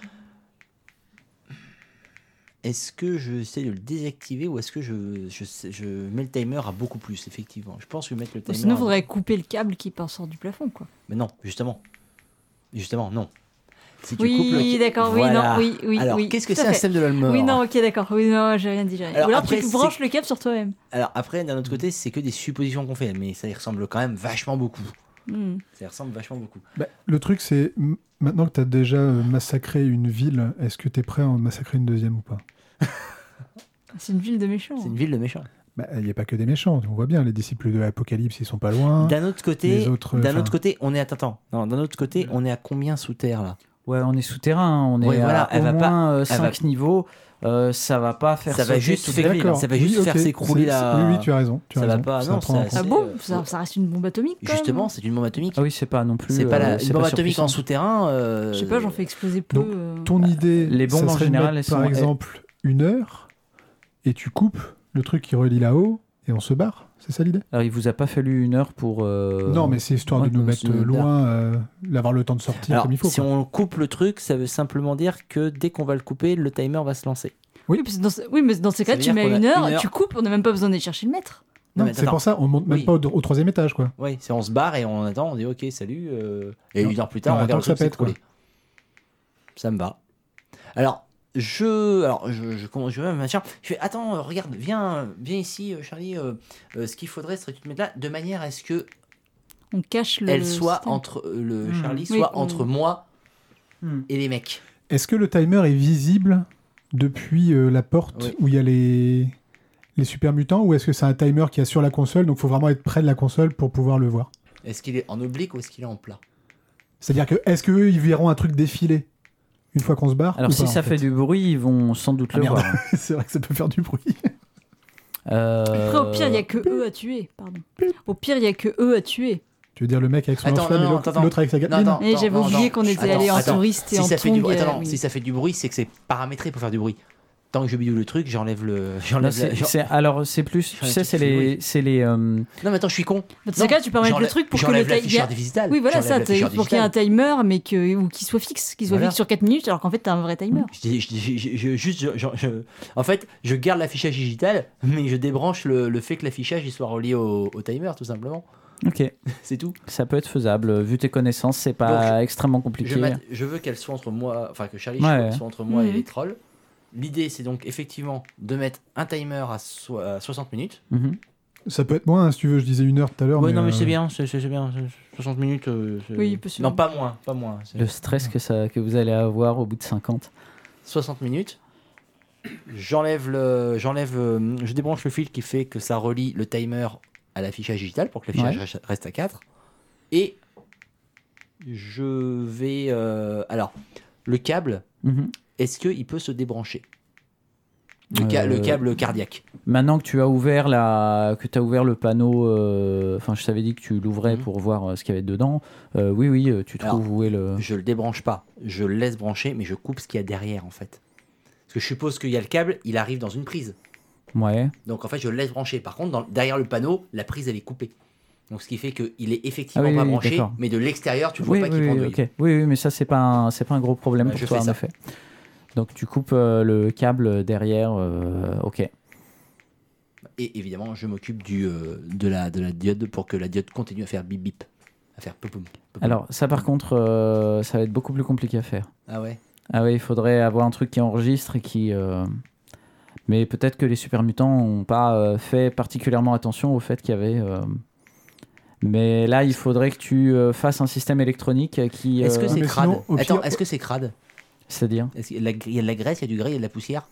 [SPEAKER 6] Est-ce que je sais de le désactiver ou est-ce que je mets le timer à beaucoup plus, effectivement? Je pense que mettre le timer.
[SPEAKER 5] Sinon, il faudrait couper le câble qui sort du plafond, quoi.
[SPEAKER 6] Mais non, justement. Justement, non. Si tu
[SPEAKER 5] Oui,
[SPEAKER 6] coupes le...
[SPEAKER 5] d'accord,
[SPEAKER 6] Voilà.
[SPEAKER 5] oui, non, oui.
[SPEAKER 6] Alors,
[SPEAKER 5] oui,
[SPEAKER 6] qu'est-ce que
[SPEAKER 5] tout à
[SPEAKER 6] c'est un
[SPEAKER 5] fait.
[SPEAKER 6] système de l'Holmer?
[SPEAKER 5] Oui, non, ok, d'accord. Oui, non, j'ai rien dit. J'ai rien dit.
[SPEAKER 6] Alors,
[SPEAKER 5] Ou alors
[SPEAKER 6] après,
[SPEAKER 5] tu branches le câble sur toi-même.
[SPEAKER 6] Alors après, d'un autre côté, c'est que des suppositions qu'on fait, mais ça y ressemble quand même vachement beaucoup.
[SPEAKER 5] Hmm.
[SPEAKER 6] Ça y ressemble vachement beaucoup.
[SPEAKER 3] Bah, le truc, c'est maintenant que tu as déjà massacré une ville, est-ce que tu es prêt à en massacrer une deuxième ou pas?
[SPEAKER 5] C'est une ville de méchants.
[SPEAKER 6] C'est une ville de méchants.
[SPEAKER 3] Il n'y a pas que des méchants, on voit bien, les disciples de l'Apocalypse, ils sont pas loin.
[SPEAKER 6] D'un autre côté,
[SPEAKER 3] les autres,
[SPEAKER 6] d'un
[SPEAKER 3] enfin-
[SPEAKER 6] autre côté, on est attends. Non, d'un autre côté, on est à combien sous terre là?
[SPEAKER 1] Ouais, on est souterrain, hein, on
[SPEAKER 6] Ouais,
[SPEAKER 1] est
[SPEAKER 6] voilà,
[SPEAKER 1] à
[SPEAKER 6] elle
[SPEAKER 1] au
[SPEAKER 6] va
[SPEAKER 1] moins
[SPEAKER 6] elle
[SPEAKER 1] 5 niveaux. Ça va pas faire
[SPEAKER 6] Ça va
[SPEAKER 1] sauter
[SPEAKER 6] juste
[SPEAKER 1] toute
[SPEAKER 6] faire-
[SPEAKER 1] la ville, hein.
[SPEAKER 6] ça va juste faire s'écrouler la-
[SPEAKER 3] Oui, tu as raison. Tu as
[SPEAKER 6] Ça va
[SPEAKER 3] raison.
[SPEAKER 6] pas,
[SPEAKER 3] Ça
[SPEAKER 6] non,
[SPEAKER 3] prend
[SPEAKER 6] ça-
[SPEAKER 3] en compte.
[SPEAKER 5] Ah bon
[SPEAKER 6] C'est-
[SPEAKER 5] ça reste une bombe atomique, quand même.
[SPEAKER 6] Justement, c'est une bombe atomique.
[SPEAKER 1] Ah oui, c'est pas non plus.
[SPEAKER 6] C'est pas
[SPEAKER 1] c'est
[SPEAKER 6] une bombe
[SPEAKER 1] pas
[SPEAKER 6] atomique en
[SPEAKER 1] surpuissant.
[SPEAKER 6] souterrain.
[SPEAKER 5] Je sais pas, j'en fais exploser peu.
[SPEAKER 3] Donc, Ton idée,
[SPEAKER 1] Les bombes
[SPEAKER 3] ça
[SPEAKER 1] en
[SPEAKER 3] serait de
[SPEAKER 1] général,
[SPEAKER 3] mettre,
[SPEAKER 1] elles
[SPEAKER 3] par
[SPEAKER 1] sont-
[SPEAKER 3] exemple, 1 heure, et tu coupes le truc qui relie là-haut, et on se barre. C'est ça l'idée?
[SPEAKER 1] Alors, il vous a pas fallu 1 heure pour.
[SPEAKER 3] Non, mais c'est histoire
[SPEAKER 1] ouais,
[SPEAKER 3] de nous
[SPEAKER 6] donc,
[SPEAKER 3] mettre
[SPEAKER 6] c'est une
[SPEAKER 3] loin, d'avoir le temps de sortir
[SPEAKER 6] Alors,
[SPEAKER 3] comme il faut.
[SPEAKER 6] si
[SPEAKER 3] quoi.
[SPEAKER 6] on coupe le truc, ça veut simplement dire que dès qu'on va le couper, le timer va se lancer.
[SPEAKER 5] Oui, parce que mais dans ces
[SPEAKER 6] Ça
[SPEAKER 5] cas,
[SPEAKER 6] veut
[SPEAKER 5] tu
[SPEAKER 6] dire
[SPEAKER 5] mets
[SPEAKER 6] qu'on a
[SPEAKER 5] 1 heure,
[SPEAKER 6] une heure.
[SPEAKER 5] tu coupes, on n'a même pas besoin d'aller chercher le maître.
[SPEAKER 6] Non,
[SPEAKER 3] Non,
[SPEAKER 6] mais
[SPEAKER 3] c'est
[SPEAKER 6] attends.
[SPEAKER 3] pour ça, on monte même
[SPEAKER 6] Oui.
[SPEAKER 3] pas au 3e étage, quoi.
[SPEAKER 6] Oui, c'est on se barre et on attend, on dit ok, salut. Et
[SPEAKER 3] Non.
[SPEAKER 6] 1 heure plus tard,
[SPEAKER 3] On
[SPEAKER 6] on regarde
[SPEAKER 3] attend
[SPEAKER 6] le
[SPEAKER 3] que ça
[SPEAKER 6] truc
[SPEAKER 3] pète, quoi.
[SPEAKER 6] s'écrouler. Ça me va. Alors, je vais machin. Je fais attends, regarde, viens ici, Charlie. Ce qu'il faudrait, c'est que tu te mettes là, de manière à ce que
[SPEAKER 5] On cache le.
[SPEAKER 6] elle soit
[SPEAKER 5] système.
[SPEAKER 6] entre le Charlie
[SPEAKER 5] Oui,
[SPEAKER 6] soit
[SPEAKER 5] on-
[SPEAKER 6] entre moi
[SPEAKER 1] Hmm.
[SPEAKER 6] et les mecs.
[SPEAKER 3] Est-ce que le timer est visible depuis la porte
[SPEAKER 6] Oui.
[SPEAKER 3] où il y a les super mutants, ou est-ce que c'est un timer qui est sur la console, donc il faut vraiment être près de la console pour pouvoir le voir?
[SPEAKER 6] Est-ce qu'il est en oblique ou est-ce qu'il est en plat?
[SPEAKER 3] C'est-à-dire que est-ce qu'eux, ils verront un truc défiler une fois qu'on se barre?
[SPEAKER 1] Alors,
[SPEAKER 3] ou
[SPEAKER 1] si
[SPEAKER 3] pas,
[SPEAKER 1] ça
[SPEAKER 3] en
[SPEAKER 1] fait du bruit, ils vont sans doute
[SPEAKER 3] Ah,
[SPEAKER 1] le
[SPEAKER 3] merde.
[SPEAKER 1] voir.
[SPEAKER 3] C'est vrai que ça peut faire du bruit.
[SPEAKER 5] Après, au pire, il n'y a que eux à tuer. Pardon. Au pire, il n'y a que eux à tuer.
[SPEAKER 3] Tu veux dire le mec avec son
[SPEAKER 6] Attends,
[SPEAKER 3] lance-flamme
[SPEAKER 6] non,
[SPEAKER 3] et
[SPEAKER 6] non, attends.
[SPEAKER 3] l'autre avec sa gatling?
[SPEAKER 6] Non,
[SPEAKER 5] Et j'avais oublié qu'on était allé en touriste et
[SPEAKER 6] si
[SPEAKER 5] en
[SPEAKER 6] ça fait du
[SPEAKER 5] tongs,
[SPEAKER 6] bruit, attends,
[SPEAKER 5] oui.
[SPEAKER 6] si ça fait du bruit, c'est que c'est paramétré pour faire du bruit. Tant que je bidouille le truc, j'enlève le.
[SPEAKER 1] Non, alors, c'est plus. Tu sais, c'est les.
[SPEAKER 6] Non, mais attends, je suis con.
[SPEAKER 5] Dans ce cas, tu peux mettre le truc pour que le
[SPEAKER 6] J'enlève
[SPEAKER 5] timer.
[SPEAKER 6] l'afficheur digital.
[SPEAKER 5] Oui, voilà,
[SPEAKER 6] J'enlève
[SPEAKER 5] ça,
[SPEAKER 6] l'afficheur
[SPEAKER 5] pour qu'il y ait un
[SPEAKER 6] digital.
[SPEAKER 5] timer, mais ou qu'il soit fixe
[SPEAKER 6] Voilà.
[SPEAKER 5] sur 4 minutes, alors qu'en fait, t'as un vrai timer.
[SPEAKER 6] En fait, je garde l'affichage digital, mais je débranche le fait que l'affichage il soit relié au timer, tout simplement.
[SPEAKER 1] Ok,
[SPEAKER 6] C'est tout.
[SPEAKER 1] ça peut être faisable. Vu tes connaissances, c'est pas
[SPEAKER 6] Donc,
[SPEAKER 1] extrêmement compliqué.
[SPEAKER 6] Je veux qu'elle soit entre moi, enfin que Charlie
[SPEAKER 1] Ouais.
[SPEAKER 6] soit entre moi et
[SPEAKER 5] Mhm.
[SPEAKER 6] les trolls. L'idée, c'est donc effectivement de mettre un timer à 60 minutes.
[SPEAKER 1] Mhm.
[SPEAKER 3] Ça peut être moins, hein, si tu veux. Je disais 1 heure tout à l'heure.
[SPEAKER 6] Oui, non, mais c'est bien, c'est bien. 60 minutes.
[SPEAKER 5] Oui, possible.
[SPEAKER 6] Non, pas moins. C'est
[SPEAKER 1] Le stress que vous allez avoir au bout de 50.
[SPEAKER 6] 60 minutes. Je débranche le fil qui fait que ça relie le timer à l'affichage digital pour que l'affichage reste à 4. Et je vais. Alors, le câble,
[SPEAKER 1] Mhm.
[SPEAKER 6] est-ce qu'il peut se débrancher
[SPEAKER 1] Euh,
[SPEAKER 6] le câble cardiaque.
[SPEAKER 1] Maintenant que tu as ouvert le panneau, enfin je t'avais dit que tu l'ouvrais
[SPEAKER 6] Mhm.
[SPEAKER 1] pour voir ce qu'il y avait dedans. Oui, tu trouves
[SPEAKER 6] Alors,
[SPEAKER 1] où est le.
[SPEAKER 6] Je le débranche pas. Je le laisse brancher, mais je coupe ce qu'il y a derrière en fait. Parce que je suppose qu'il y a le câble, il arrive dans une prise.
[SPEAKER 1] Ouais.
[SPEAKER 6] Donc en fait, je le laisse brancher. Par contre, derrière le panneau, la prise elle est coupée. Donc ce qui fait qu'il est effectivement
[SPEAKER 1] Ah oui,
[SPEAKER 6] pas
[SPEAKER 1] oui,
[SPEAKER 6] branché,
[SPEAKER 1] d'accord.
[SPEAKER 6] mais de l'extérieur, tu le vois
[SPEAKER 1] Oui,
[SPEAKER 6] pas qu'il
[SPEAKER 1] oui,
[SPEAKER 6] pendouille.
[SPEAKER 1] ok. Oui, mais ça, c'est pas un gros problème
[SPEAKER 6] Bah,
[SPEAKER 1] pour
[SPEAKER 6] je
[SPEAKER 1] toi,
[SPEAKER 6] fais
[SPEAKER 1] en
[SPEAKER 6] ça.
[SPEAKER 1] effet. Donc, tu coupes le câble derrière. Ok.
[SPEAKER 6] Et évidemment, je m'occupe de la diode pour que la diode continue à faire bip bip, à faire poupoum.
[SPEAKER 1] Alors, ça, par contre, ça va être beaucoup plus compliqué à faire.
[SPEAKER 6] Ah ouais.
[SPEAKER 1] Ah oui, il faudrait avoir un truc qui enregistre et qui... Mais peut-être que les super mutants n'ont pas fait particulièrement attention au fait qu'il y avait... Mais là, il faudrait que tu fasses un système électronique qui...
[SPEAKER 6] Est-ce que c'est
[SPEAKER 3] mais
[SPEAKER 6] crade?
[SPEAKER 3] sinon, au
[SPEAKER 6] Attends,
[SPEAKER 3] pire-
[SPEAKER 6] est-ce que c'est crade?
[SPEAKER 1] C'est-à-dire
[SPEAKER 6] Il y a de la graisse, il y a du gras, il y a de la poussière?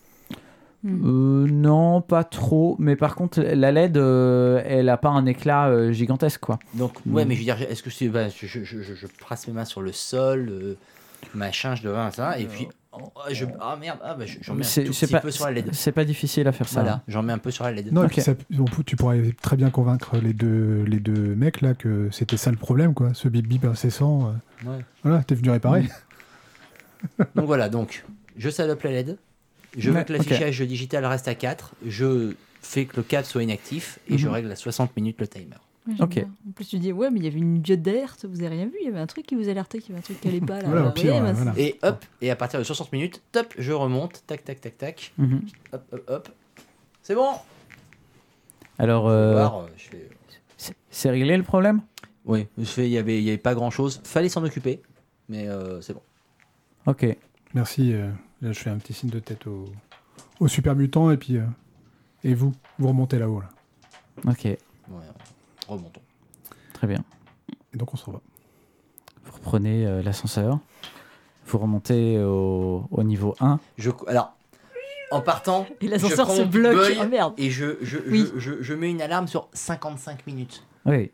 [SPEAKER 1] Non, pas trop. Mais par contre, la LED, elle a pas un éclat gigantesque, quoi.
[SPEAKER 6] Donc, ouais, mais je veux dire, est-ce que c'est. Bah, je passe mes mains sur le sol, machin, je devrais ça, et puis. Ah merde, j'en mets un tout petit peu sur la LED.
[SPEAKER 1] C'est pas difficile à faire ça.
[SPEAKER 6] Voilà, j'en mets un peu sur la LED.
[SPEAKER 3] Non, et
[SPEAKER 1] Ok.
[SPEAKER 3] puis tu pourrais très bien convaincre les deux mecs là que c'était ça le problème, quoi. Ce bip bip incessant.
[SPEAKER 6] Ouais.
[SPEAKER 3] Voilà, t'es venu réparer.
[SPEAKER 6] Donc voilà, donc je salope la LED. Je veux
[SPEAKER 1] Ouais,
[SPEAKER 6] que l'affichage digital reste à 4. Je fais que le câble soit inactif et je règle à 60 minutes le timer.
[SPEAKER 5] Ouais, j'aime
[SPEAKER 1] Ok.
[SPEAKER 5] bien. En plus, tu dis, ouais, mais il y avait une diode d'alerte, vous avez rien vu, il y avait un truc qui vous alertait, qu'il y avait un truc qui allait pas là.
[SPEAKER 3] Voilà, au pire,
[SPEAKER 5] Ouais, bah,
[SPEAKER 3] voilà.
[SPEAKER 6] Et hop, et à partir de 60 minutes, top, je remonte, tac, tac, tac, tac,
[SPEAKER 1] Mhm.
[SPEAKER 6] hop, hop, hop. C'est bon.
[SPEAKER 1] Alors,
[SPEAKER 6] Je fais.
[SPEAKER 1] c'est réglé le problème?
[SPEAKER 6] Oui, il y avait pas grand chose. Fallait s'en occuper, mais c'est bon.
[SPEAKER 1] Ok.
[SPEAKER 3] Merci. Là, je fais un petit signe de tête au super mutant et puis et vous remontez là-haut là.
[SPEAKER 1] Ok.
[SPEAKER 6] Ouais, remontons.
[SPEAKER 1] Très bien.
[SPEAKER 3] Et donc on se revoit.
[SPEAKER 1] Vous reprenez l'ascenseur. Vous remontez au niveau 1.
[SPEAKER 6] Alors, en partant,
[SPEAKER 5] Et l'ascenseur
[SPEAKER 6] je prends
[SPEAKER 5] se
[SPEAKER 6] mon
[SPEAKER 5] bloque.
[SPEAKER 6] Boy
[SPEAKER 5] Oh merde.
[SPEAKER 6] et
[SPEAKER 5] Oui.
[SPEAKER 6] je mets une alarme sur 55 minutes.
[SPEAKER 1] Oui.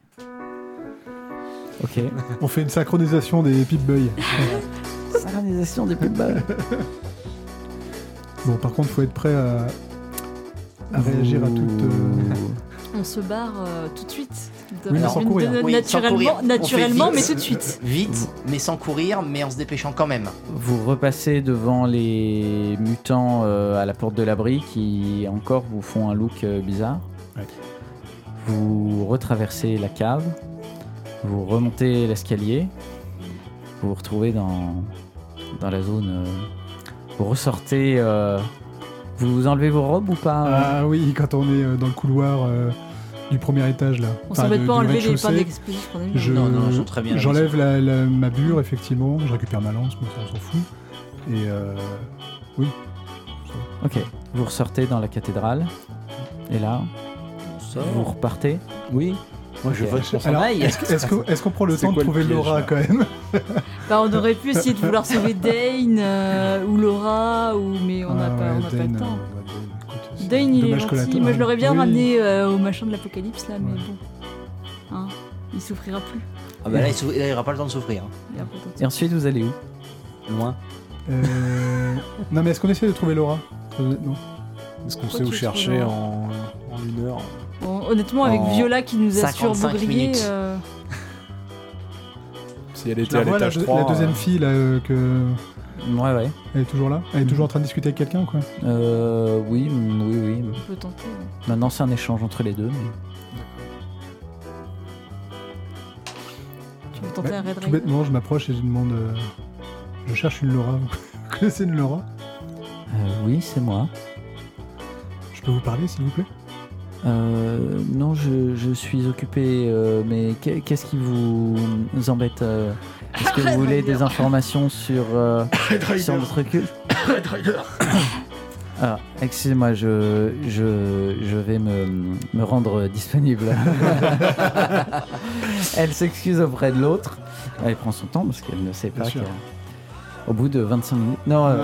[SPEAKER 1] Ok.
[SPEAKER 3] On fait une synchronisation des Pip-Boy.
[SPEAKER 1] Synchronisation des pubs.
[SPEAKER 3] Bon, par contre, faut être prêt à réagir à toute.
[SPEAKER 5] On se barre tout de suite.
[SPEAKER 3] Oui, mais sans courir.
[SPEAKER 6] Oui, sans courir. On
[SPEAKER 5] Naturellement,
[SPEAKER 6] fait
[SPEAKER 5] mais
[SPEAKER 6] vite.
[SPEAKER 5] tout de suite.
[SPEAKER 6] Vite, mais sans courir, mais en se dépêchant quand même.
[SPEAKER 1] Vous repassez devant les mutants à la porte de l'abri qui encore vous font un look bizarre.
[SPEAKER 3] Ouais.
[SPEAKER 1] Vous retraversez la cave. Vous remontez l'escalier. Vous vous retrouvez dans la zone. Vous ressortez. Vous enlevez vos robes ou pas
[SPEAKER 3] Ah oui, quand on est dans le couloir du premier étage là.
[SPEAKER 5] On
[SPEAKER 3] Enfin,
[SPEAKER 5] s'embête
[SPEAKER 3] du
[SPEAKER 5] pas à enlever les
[SPEAKER 3] rez-de-chaussée.
[SPEAKER 5] pains d'explosifs qu'on a mis.
[SPEAKER 3] Je-
[SPEAKER 6] Non, elles sont très bien,
[SPEAKER 3] J'enlève ma bure, effectivement. Je récupère ma lance, mais ça, on s'en fout. Et oui.
[SPEAKER 1] Ok. Vous ressortez dans la cathédrale. Et là, vous repartez.
[SPEAKER 6] Oui. Moi, je
[SPEAKER 1] Ok.
[SPEAKER 6] vote pour son
[SPEAKER 3] Alors,
[SPEAKER 6] ail.
[SPEAKER 3] est-ce qu'on prend le
[SPEAKER 4] C'est
[SPEAKER 3] temps de
[SPEAKER 4] quoi le
[SPEAKER 3] trouver
[SPEAKER 4] piège,
[SPEAKER 3] Laura
[SPEAKER 4] là
[SPEAKER 3] quand même
[SPEAKER 5] Bah, on aurait pu essayer de vouloir sauver Dane ou Laura, mais on n'a pas le temps. Dane, il est gentil. Moi, je l'aurais bien ramené au machin de l'apocalypse, là, mais
[SPEAKER 3] Ouais.
[SPEAKER 5] bon. Hein, il souffrira plus.
[SPEAKER 6] Ah bah là, il n'aura pas le temps de souffrir.
[SPEAKER 5] Il a pas le temps de
[SPEAKER 1] Et ensuite, vous allez où?
[SPEAKER 6] Loin.
[SPEAKER 3] Non, mais est-ce qu'on essaie de trouver Laura Non.
[SPEAKER 4] Est-ce qu'on
[SPEAKER 5] Pourquoi
[SPEAKER 4] sait où
[SPEAKER 5] tu
[SPEAKER 4] chercher
[SPEAKER 5] trouves
[SPEAKER 4] en 1 heure?
[SPEAKER 5] Bon, honnêtement, avec
[SPEAKER 6] En
[SPEAKER 5] Viola qui nous a
[SPEAKER 6] 55
[SPEAKER 5] surbrillé,
[SPEAKER 6] minutes.
[SPEAKER 4] Si elle
[SPEAKER 3] Je
[SPEAKER 4] était
[SPEAKER 3] la
[SPEAKER 4] à
[SPEAKER 3] vois,
[SPEAKER 4] l'étage 3.
[SPEAKER 3] la deuxième fille là,
[SPEAKER 1] Ouais.
[SPEAKER 3] elle est toujours là. Elle est toujours en train de discuter avec quelqu'un ou quoi
[SPEAKER 1] Oui.
[SPEAKER 5] on peut tenter. Ouais.
[SPEAKER 1] Maintenant, c'est un échange entre les deux. Mais...
[SPEAKER 5] Tu veux tenter un Red
[SPEAKER 3] Tout
[SPEAKER 5] Rider?
[SPEAKER 3] bêtement, je m'approche et je demande. Je cherche une Laura. Vous connaissez une Laura
[SPEAKER 1] oui, c'est moi.
[SPEAKER 3] Je peux vous parler, s'il vous plaît
[SPEAKER 1] Non, je suis occupé, mais qu'est-ce qui vous embête Est-ce que vous voulez des informations sur notre culte? Ah, excusez-moi, je vais me rendre disponible. Elle s'excuse auprès de l'autre. Elle prend son temps parce qu'elle ne sait pas
[SPEAKER 3] Bien sûr.
[SPEAKER 1] Au bout de 25 minutes. Non,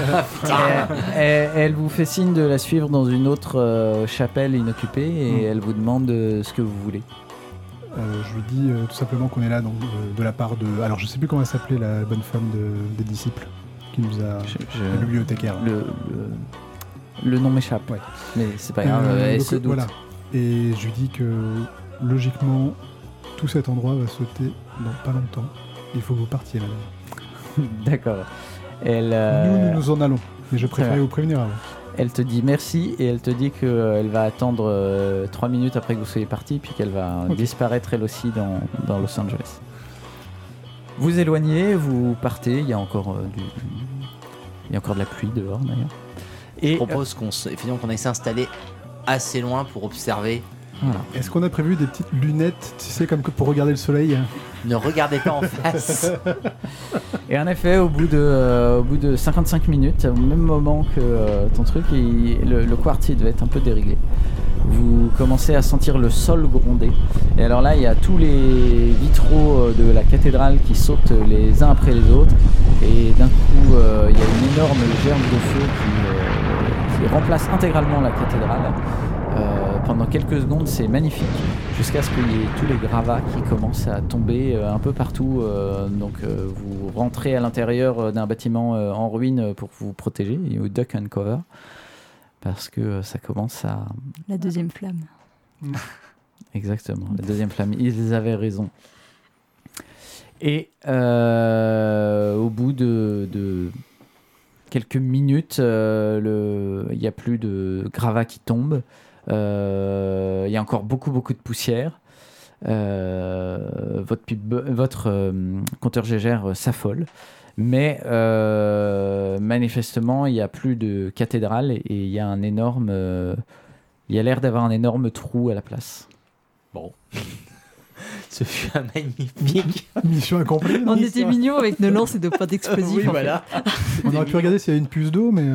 [SPEAKER 1] elle vous fait signe de la suivre dans une autre chapelle inoccupée et elle vous demande ce que vous voulez.
[SPEAKER 3] Je lui dis tout simplement qu'on est là donc, de la part de. Alors, je sais plus comment elle s'appelait, la bonne femme des disciples qui nous a. La bibliothécaire.
[SPEAKER 1] Le nom m'échappe,
[SPEAKER 3] Ouais.
[SPEAKER 1] mais c'est pas grave, elle
[SPEAKER 3] donc,
[SPEAKER 1] se doute.
[SPEAKER 3] voilà. Et je lui dis que logiquement, tout cet endroit va sauter dans pas longtemps. Il faut que vous partiez, madame.
[SPEAKER 1] D'accord. Elle,
[SPEAKER 3] Nous en allons. Mais je préférais
[SPEAKER 1] bien.
[SPEAKER 3] vous prévenir avant.
[SPEAKER 1] elle te dit merci et elle te dit qu'elle va attendre 3 minutes après que vous soyez parti, puis qu'elle va disparaître elle aussi dans Los Angeles. Vous éloignez, vous partez, il y a encore de la pluie dehors d'ailleurs. Et
[SPEAKER 6] Je propose qu'on aille s'installer assez loin pour observer.
[SPEAKER 1] voilà.
[SPEAKER 3] Est-ce qu'on a prévu des petites lunettes, tu sais, comme que pour regarder le soleil?
[SPEAKER 6] Ne regardez pas en face.
[SPEAKER 1] Et en effet, au bout de 55 minutes, au même moment que ton truc, le quartz il devait être un peu déréglé. Vous commencez à sentir le sol gronder. Et alors là, il y a tous les vitraux de la cathédrale qui sautent les uns après les autres. Et d'un coup, il y a une énorme gerbe de feu qui remplace intégralement la cathédrale. Pendant quelques secondes, c'est magnifique, jusqu'à ce qu'il y ait tous les gravats qui commencent à tomber un peu partout. Donc vous rentrez à l'intérieur d'un bâtiment en ruine pour vous protéger, you duck and cover, parce que ça commence à...
[SPEAKER 5] La deuxième flamme.
[SPEAKER 1] Exactement, la deuxième flamme, ils avaient raison. Et au bout de quelques minutes, il n'y a plus de gravats qui tombent. Il y a encore beaucoup de poussière. Votre compteur GGR s'affole. Mais manifestement, il n'y a plus de cathédrale et il y a il y a l'air d'avoir un énorme trou à la place.
[SPEAKER 6] Bon. Ce fut un magnifique.
[SPEAKER 3] Mission accomplie.
[SPEAKER 5] On était mignons avec nos lances et nos points d'explosifs.
[SPEAKER 6] Oui,
[SPEAKER 5] en
[SPEAKER 6] voilà.
[SPEAKER 3] On aurait pu regarder s'il y a une puce d'eau, mais...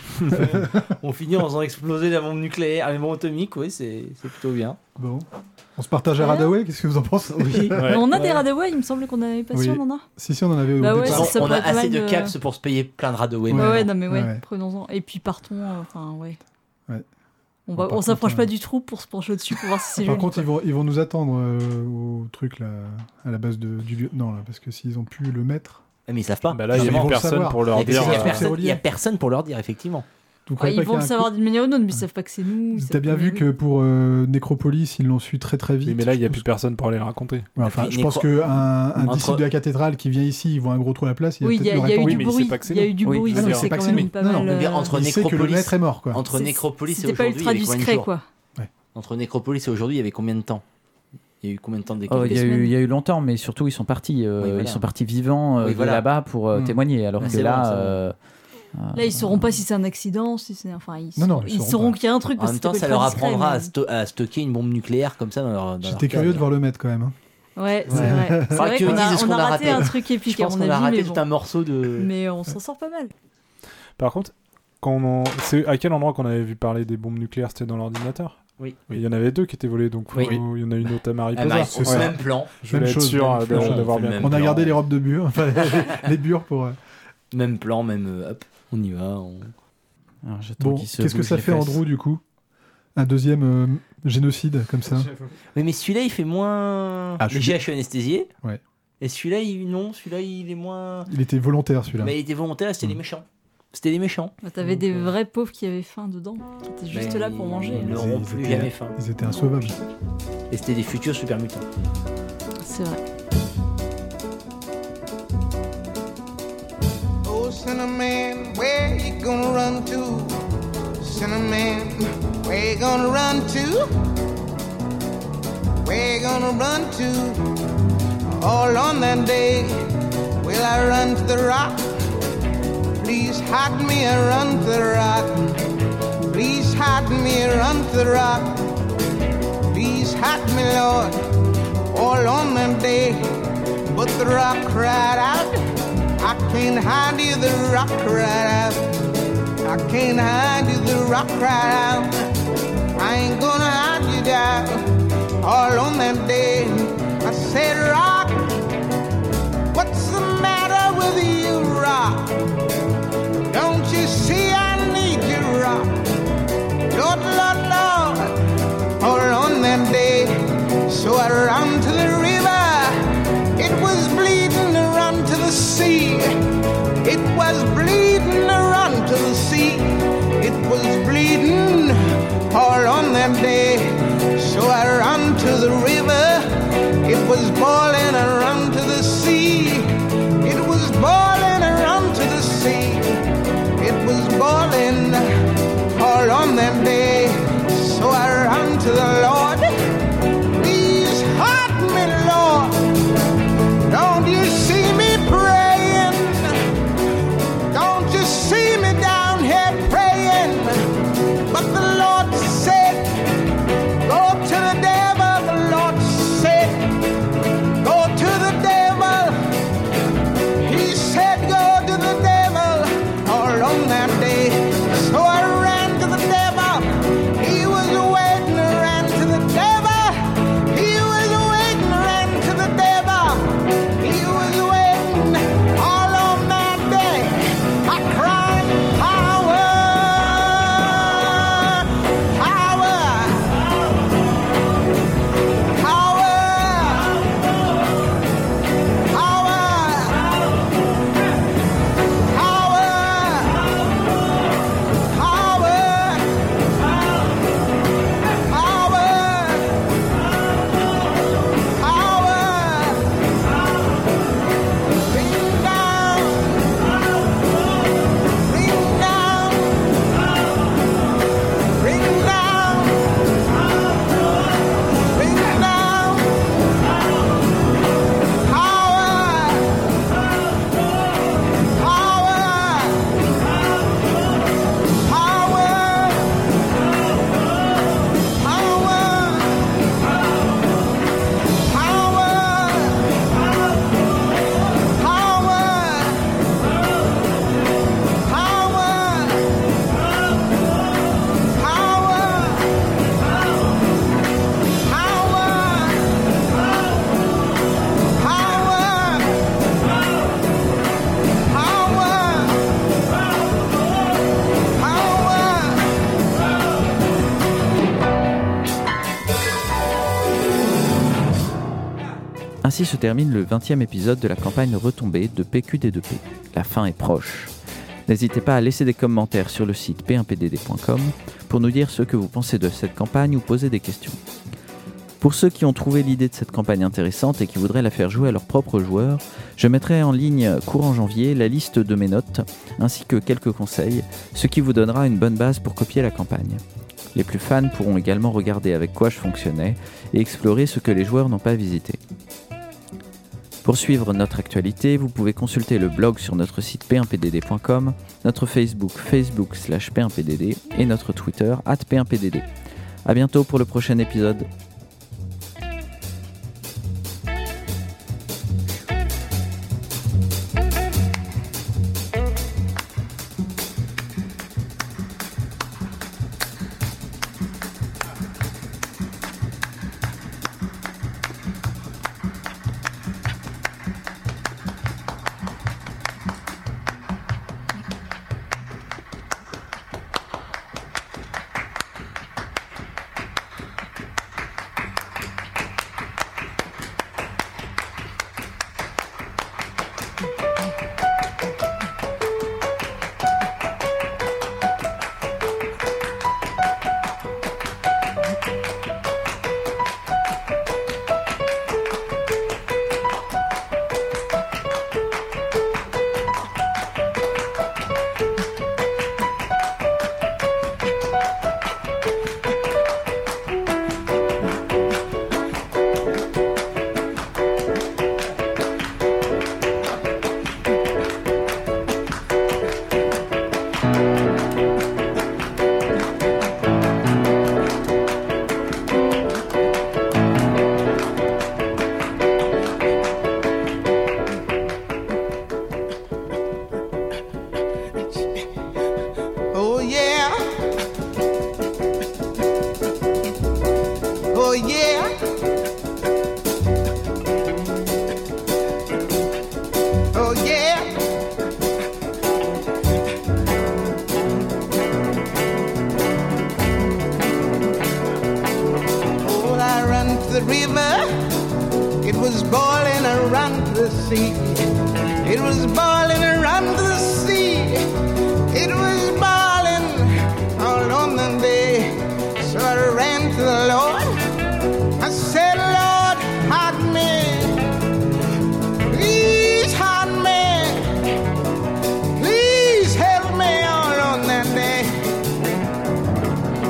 [SPEAKER 6] On finit en faisant exploser la bombe nucléaire, la bombe atomique, oui, c'est plutôt bien.
[SPEAKER 3] Bon. On se partage à Radaway, qu'est-ce que vous en pensez?
[SPEAKER 6] Oui.
[SPEAKER 5] Mais on a des Radaway, il me semblait qu'on avait pas
[SPEAKER 3] Oui.
[SPEAKER 5] sûr, on en a.
[SPEAKER 3] Si, on en avait au
[SPEAKER 5] Bah ouais,
[SPEAKER 3] départ.
[SPEAKER 5] ça
[SPEAKER 6] On a
[SPEAKER 5] pourrait être
[SPEAKER 6] assez
[SPEAKER 5] mal
[SPEAKER 6] de
[SPEAKER 5] de-
[SPEAKER 6] caps pour se payer plein de Radaway.
[SPEAKER 5] Ouais, non mais ouais,
[SPEAKER 3] Ouais.
[SPEAKER 5] prenons-en. Et puis partons,
[SPEAKER 3] Ouais.
[SPEAKER 5] On
[SPEAKER 3] Par
[SPEAKER 5] s'approche
[SPEAKER 3] contre,
[SPEAKER 5] pas du trou pour se pencher au-dessus pour voir si c'est
[SPEAKER 3] Par
[SPEAKER 5] joli.
[SPEAKER 3] contre, ils vont nous attendre au truc, là, à la base du lieutenant, là, parce que s'ils ont pu le mettre...
[SPEAKER 6] Mais ils savent pas.
[SPEAKER 4] Bah là, il y
[SPEAKER 3] ils
[SPEAKER 4] a
[SPEAKER 3] vont
[SPEAKER 4] plus
[SPEAKER 3] le
[SPEAKER 4] personne
[SPEAKER 3] savoir.
[SPEAKER 4] pour leur
[SPEAKER 6] Il y a-
[SPEAKER 4] dire.
[SPEAKER 6] il y a
[SPEAKER 3] euh,
[SPEAKER 6] personne-
[SPEAKER 3] relié.
[SPEAKER 6] il y a personne pour leur dire, effectivement.
[SPEAKER 3] Vous
[SPEAKER 5] Ouais,
[SPEAKER 3] croyez
[SPEAKER 5] ils
[SPEAKER 3] pas
[SPEAKER 5] vont
[SPEAKER 3] qu'il y
[SPEAKER 5] le
[SPEAKER 3] a un
[SPEAKER 5] savoir
[SPEAKER 3] coup-
[SPEAKER 5] d'une manière ou d'une autre, mais ils savent pas que c'est nous. ils savent
[SPEAKER 3] T'as bien
[SPEAKER 5] pas
[SPEAKER 3] vu
[SPEAKER 5] nous.
[SPEAKER 3] que pour Nécropolis, ils l'ont su très vite.
[SPEAKER 4] Oui, mais là, il n'y a
[SPEAKER 3] Je
[SPEAKER 4] plus
[SPEAKER 3] pense-
[SPEAKER 4] personne pour aller le raconter.
[SPEAKER 3] Ouais, enfin,
[SPEAKER 6] Et puis,
[SPEAKER 3] je pense qu'un
[SPEAKER 6] Entre-
[SPEAKER 3] disciple de la cathédrale qui vient ici, il voit un gros trou à la place,
[SPEAKER 5] Oui, il y a eu
[SPEAKER 4] Oui,
[SPEAKER 5] du
[SPEAKER 4] mais il
[SPEAKER 5] bruit.
[SPEAKER 4] sait pas que c'est
[SPEAKER 5] Il y a
[SPEAKER 4] nous.
[SPEAKER 5] eu du
[SPEAKER 1] Oui,
[SPEAKER 5] bruit,
[SPEAKER 1] je veux
[SPEAKER 5] donc
[SPEAKER 1] dire,
[SPEAKER 5] c'est
[SPEAKER 3] c'est pas
[SPEAKER 5] quand
[SPEAKER 3] que c'est
[SPEAKER 5] même
[SPEAKER 3] nous.
[SPEAKER 5] pas
[SPEAKER 3] Non, non,
[SPEAKER 5] mal.
[SPEAKER 6] mais entre
[SPEAKER 3] Il sait que le
[SPEAKER 6] Nécropolis-
[SPEAKER 3] maître est mort, quoi.
[SPEAKER 6] Entre Nécropolis et
[SPEAKER 5] C'était pas
[SPEAKER 6] aujourd'hui,
[SPEAKER 5] ultra
[SPEAKER 6] il y avait combien de
[SPEAKER 5] discret,
[SPEAKER 6] jours
[SPEAKER 5] quoi.
[SPEAKER 6] Entre Nécropolis et aujourd'hui, il y avait combien de temps? Il y a eu combien de temps de
[SPEAKER 1] Oh,
[SPEAKER 6] décalage?
[SPEAKER 1] il y a eu longtemps, mais surtout ils sont partis.
[SPEAKER 6] voilà.
[SPEAKER 1] Ils sont partis vivants
[SPEAKER 6] Oui,
[SPEAKER 1] de
[SPEAKER 6] voilà.
[SPEAKER 1] là-bas pour témoigner, alors
[SPEAKER 6] Ouais,
[SPEAKER 1] que
[SPEAKER 6] c'est
[SPEAKER 1] là...
[SPEAKER 6] bon, c'est bon.
[SPEAKER 5] Là, ils sauront pas si c'est un accident, si c'est. Enfin, ils
[SPEAKER 3] Non, non,
[SPEAKER 5] sauront-
[SPEAKER 3] ils
[SPEAKER 5] ils
[SPEAKER 3] sauront
[SPEAKER 5] sauront
[SPEAKER 3] pas.
[SPEAKER 5] qu'il y a un truc.
[SPEAKER 6] En
[SPEAKER 5] parce
[SPEAKER 6] même
[SPEAKER 5] que
[SPEAKER 6] temps,
[SPEAKER 5] c'était
[SPEAKER 6] ça
[SPEAKER 5] pas
[SPEAKER 6] leur
[SPEAKER 5] discret,
[SPEAKER 6] apprendra
[SPEAKER 5] mais-
[SPEAKER 6] à stocker une bombe nucléaire comme ça dans leur.
[SPEAKER 3] J'étais curieux de voir le maître, quand même. hein.
[SPEAKER 5] Ouais, c'est vrai. C'est vrai
[SPEAKER 6] qu'ils
[SPEAKER 5] qu'on
[SPEAKER 6] disent ce
[SPEAKER 5] on
[SPEAKER 6] qu'on
[SPEAKER 5] a
[SPEAKER 6] a
[SPEAKER 5] raté
[SPEAKER 6] raté.
[SPEAKER 5] un truc
[SPEAKER 6] Je
[SPEAKER 5] épique, à
[SPEAKER 6] pense
[SPEAKER 5] mon
[SPEAKER 6] qu'on a
[SPEAKER 5] avis,
[SPEAKER 6] raté
[SPEAKER 5] mais
[SPEAKER 6] tout
[SPEAKER 5] bon.
[SPEAKER 6] un morceau de.
[SPEAKER 5] Mais on s'en sort pas mal.
[SPEAKER 4] Par contre, c'est à quel endroit qu'on avait vu parler des bombes nucléaires? C'était dans l'ordinateur?
[SPEAKER 6] Oui.
[SPEAKER 4] Il y en avait 2 qui étaient volés, donc
[SPEAKER 6] Oui.
[SPEAKER 4] il y en a une autre à
[SPEAKER 6] Ah,
[SPEAKER 4] Mariposa.
[SPEAKER 6] Marie,
[SPEAKER 3] c'est
[SPEAKER 6] au
[SPEAKER 3] ça.
[SPEAKER 6] même plan.
[SPEAKER 4] Je voulais
[SPEAKER 3] Même
[SPEAKER 4] être
[SPEAKER 3] chose,
[SPEAKER 4] sûr
[SPEAKER 3] même chose.
[SPEAKER 4] d'avoir
[SPEAKER 6] On
[SPEAKER 4] bien
[SPEAKER 6] fait le
[SPEAKER 4] compris.
[SPEAKER 3] On a
[SPEAKER 6] plan.
[SPEAKER 3] gardé les robes de bure, enfin, les bures pour...
[SPEAKER 6] Même plan, même. Hop, on y va.
[SPEAKER 1] Alors, j'attends
[SPEAKER 3] Bon,
[SPEAKER 1] qu'ils se
[SPEAKER 3] qu'est-ce que
[SPEAKER 1] bougent
[SPEAKER 3] ça
[SPEAKER 1] les
[SPEAKER 3] fait,
[SPEAKER 1] fesses.
[SPEAKER 3] Andrew, du coup? Un deuxième génocide, comme ça?
[SPEAKER 6] Mais celui-là, il fait moins.
[SPEAKER 3] Ah, je
[SPEAKER 6] Déjà,
[SPEAKER 3] suis-
[SPEAKER 6] je suis anesthésié.
[SPEAKER 3] Ouais.
[SPEAKER 6] Et celui-là, celui-là, il est moins.
[SPEAKER 3] Il était volontaire, celui-là.
[SPEAKER 6] Mais il était volontaire, c'était les méchants. C'était les méchants.
[SPEAKER 5] Bah, T'avais des
[SPEAKER 6] Donc,
[SPEAKER 5] vrais pauvres qui avaient faim dedans, qui étaient juste
[SPEAKER 6] Mais
[SPEAKER 5] là pour manger.
[SPEAKER 6] ils
[SPEAKER 5] hein.
[SPEAKER 6] n'auront
[SPEAKER 3] Ils
[SPEAKER 6] plus
[SPEAKER 3] étaient-
[SPEAKER 6] jamais faim.
[SPEAKER 3] Ils étaient insauvables.
[SPEAKER 6] Et c'était des futurs super mutants.
[SPEAKER 5] C'est vrai.
[SPEAKER 7] Oh, Cinnamon, where you gonna run to? Cinnamon, where you gonna run to? Where you gonna run to? All on that day, will I run to the rock? Please hide me and run to the rock. Please hide me and run to the rock. Please hide me, Lord, all on that day. But the rock cried out, I can't hide you, the rock cried out. I can't hide you, the rock cried out. I ain't gonna hide you down. All on that day, I said, rock, what's the matter with you, rock? Don't you see I need you, rock? Lord, Lord, Lord, all on that day. So I ran to the river. It was bleeding to run to the sea. It was bleeding to run to the sea. It was bleeding all on that day. So I ran to the river. It was boiling and run to the sea. It was boiling and run to the sea. It was boiling that day. So I run to the Lord. Please hide me, Lord. Don't you see me praying? Don't you see me down here praying? But the Lord said, go to the devil. The Lord said, go to the devil. He said, go to the devil. All on that day. So I ran to the devil. He was waiting, ran to the devil. He was waiting, ran to the devil. He was waiting all on that day. I cried, power, power, power, power,
[SPEAKER 1] Ainsi se termine le 20e épisode de la campagne Retombée de PQD2P. La fin est proche. N'hésitez pas à laisser des commentaires sur le site p1pdd.com pour nous dire ce que vous pensez de cette campagne ou poser des questions. Pour ceux qui ont trouvé l'idée de cette campagne intéressante et qui voudraient la faire jouer à leurs propres joueurs, je mettrai en ligne courant janvier la liste de mes notes ainsi que quelques conseils, ce qui vous donnera une bonne base pour copier la campagne. Les plus fans pourront également regarder avec quoi je fonctionnais et explorer ce que les joueurs n'ont pas visité. Pour suivre notre actualité, vous pouvez consulter le blog sur notre site p1pdd.com, notre Facebook facebook.com/p1pdd et notre Twitter @p1pdd. A bientôt pour le prochain épisode.
[SPEAKER 7] the river, it was boiling around the sea. It was boiling around the sea. It was boiling all on the day. So I ran to the Lord. I said, Lord, hide me. Please hide me. Please help me all on that day.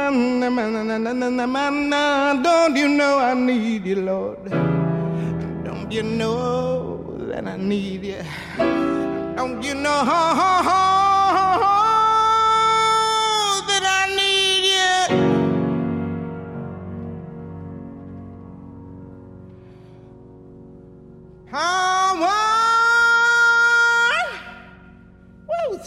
[SPEAKER 7] Don't you know I need you, Lord? Don't you know that I need you? Don't you know that I need you? Power, woo,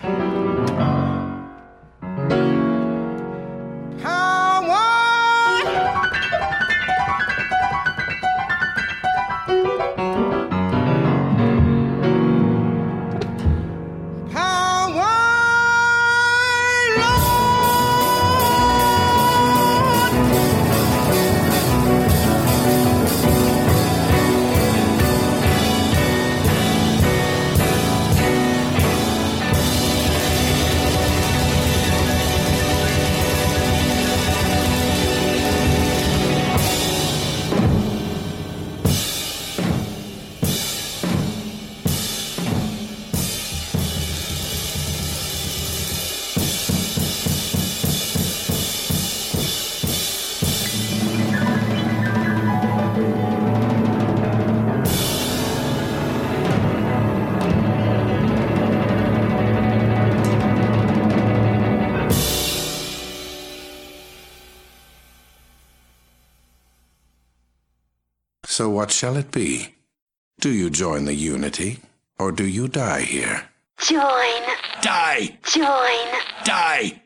[SPEAKER 8] So what shall it be? Do you join the Unity, or do you die here?
[SPEAKER 9] Join.
[SPEAKER 8] Die!
[SPEAKER 9] Join.
[SPEAKER 8] Die!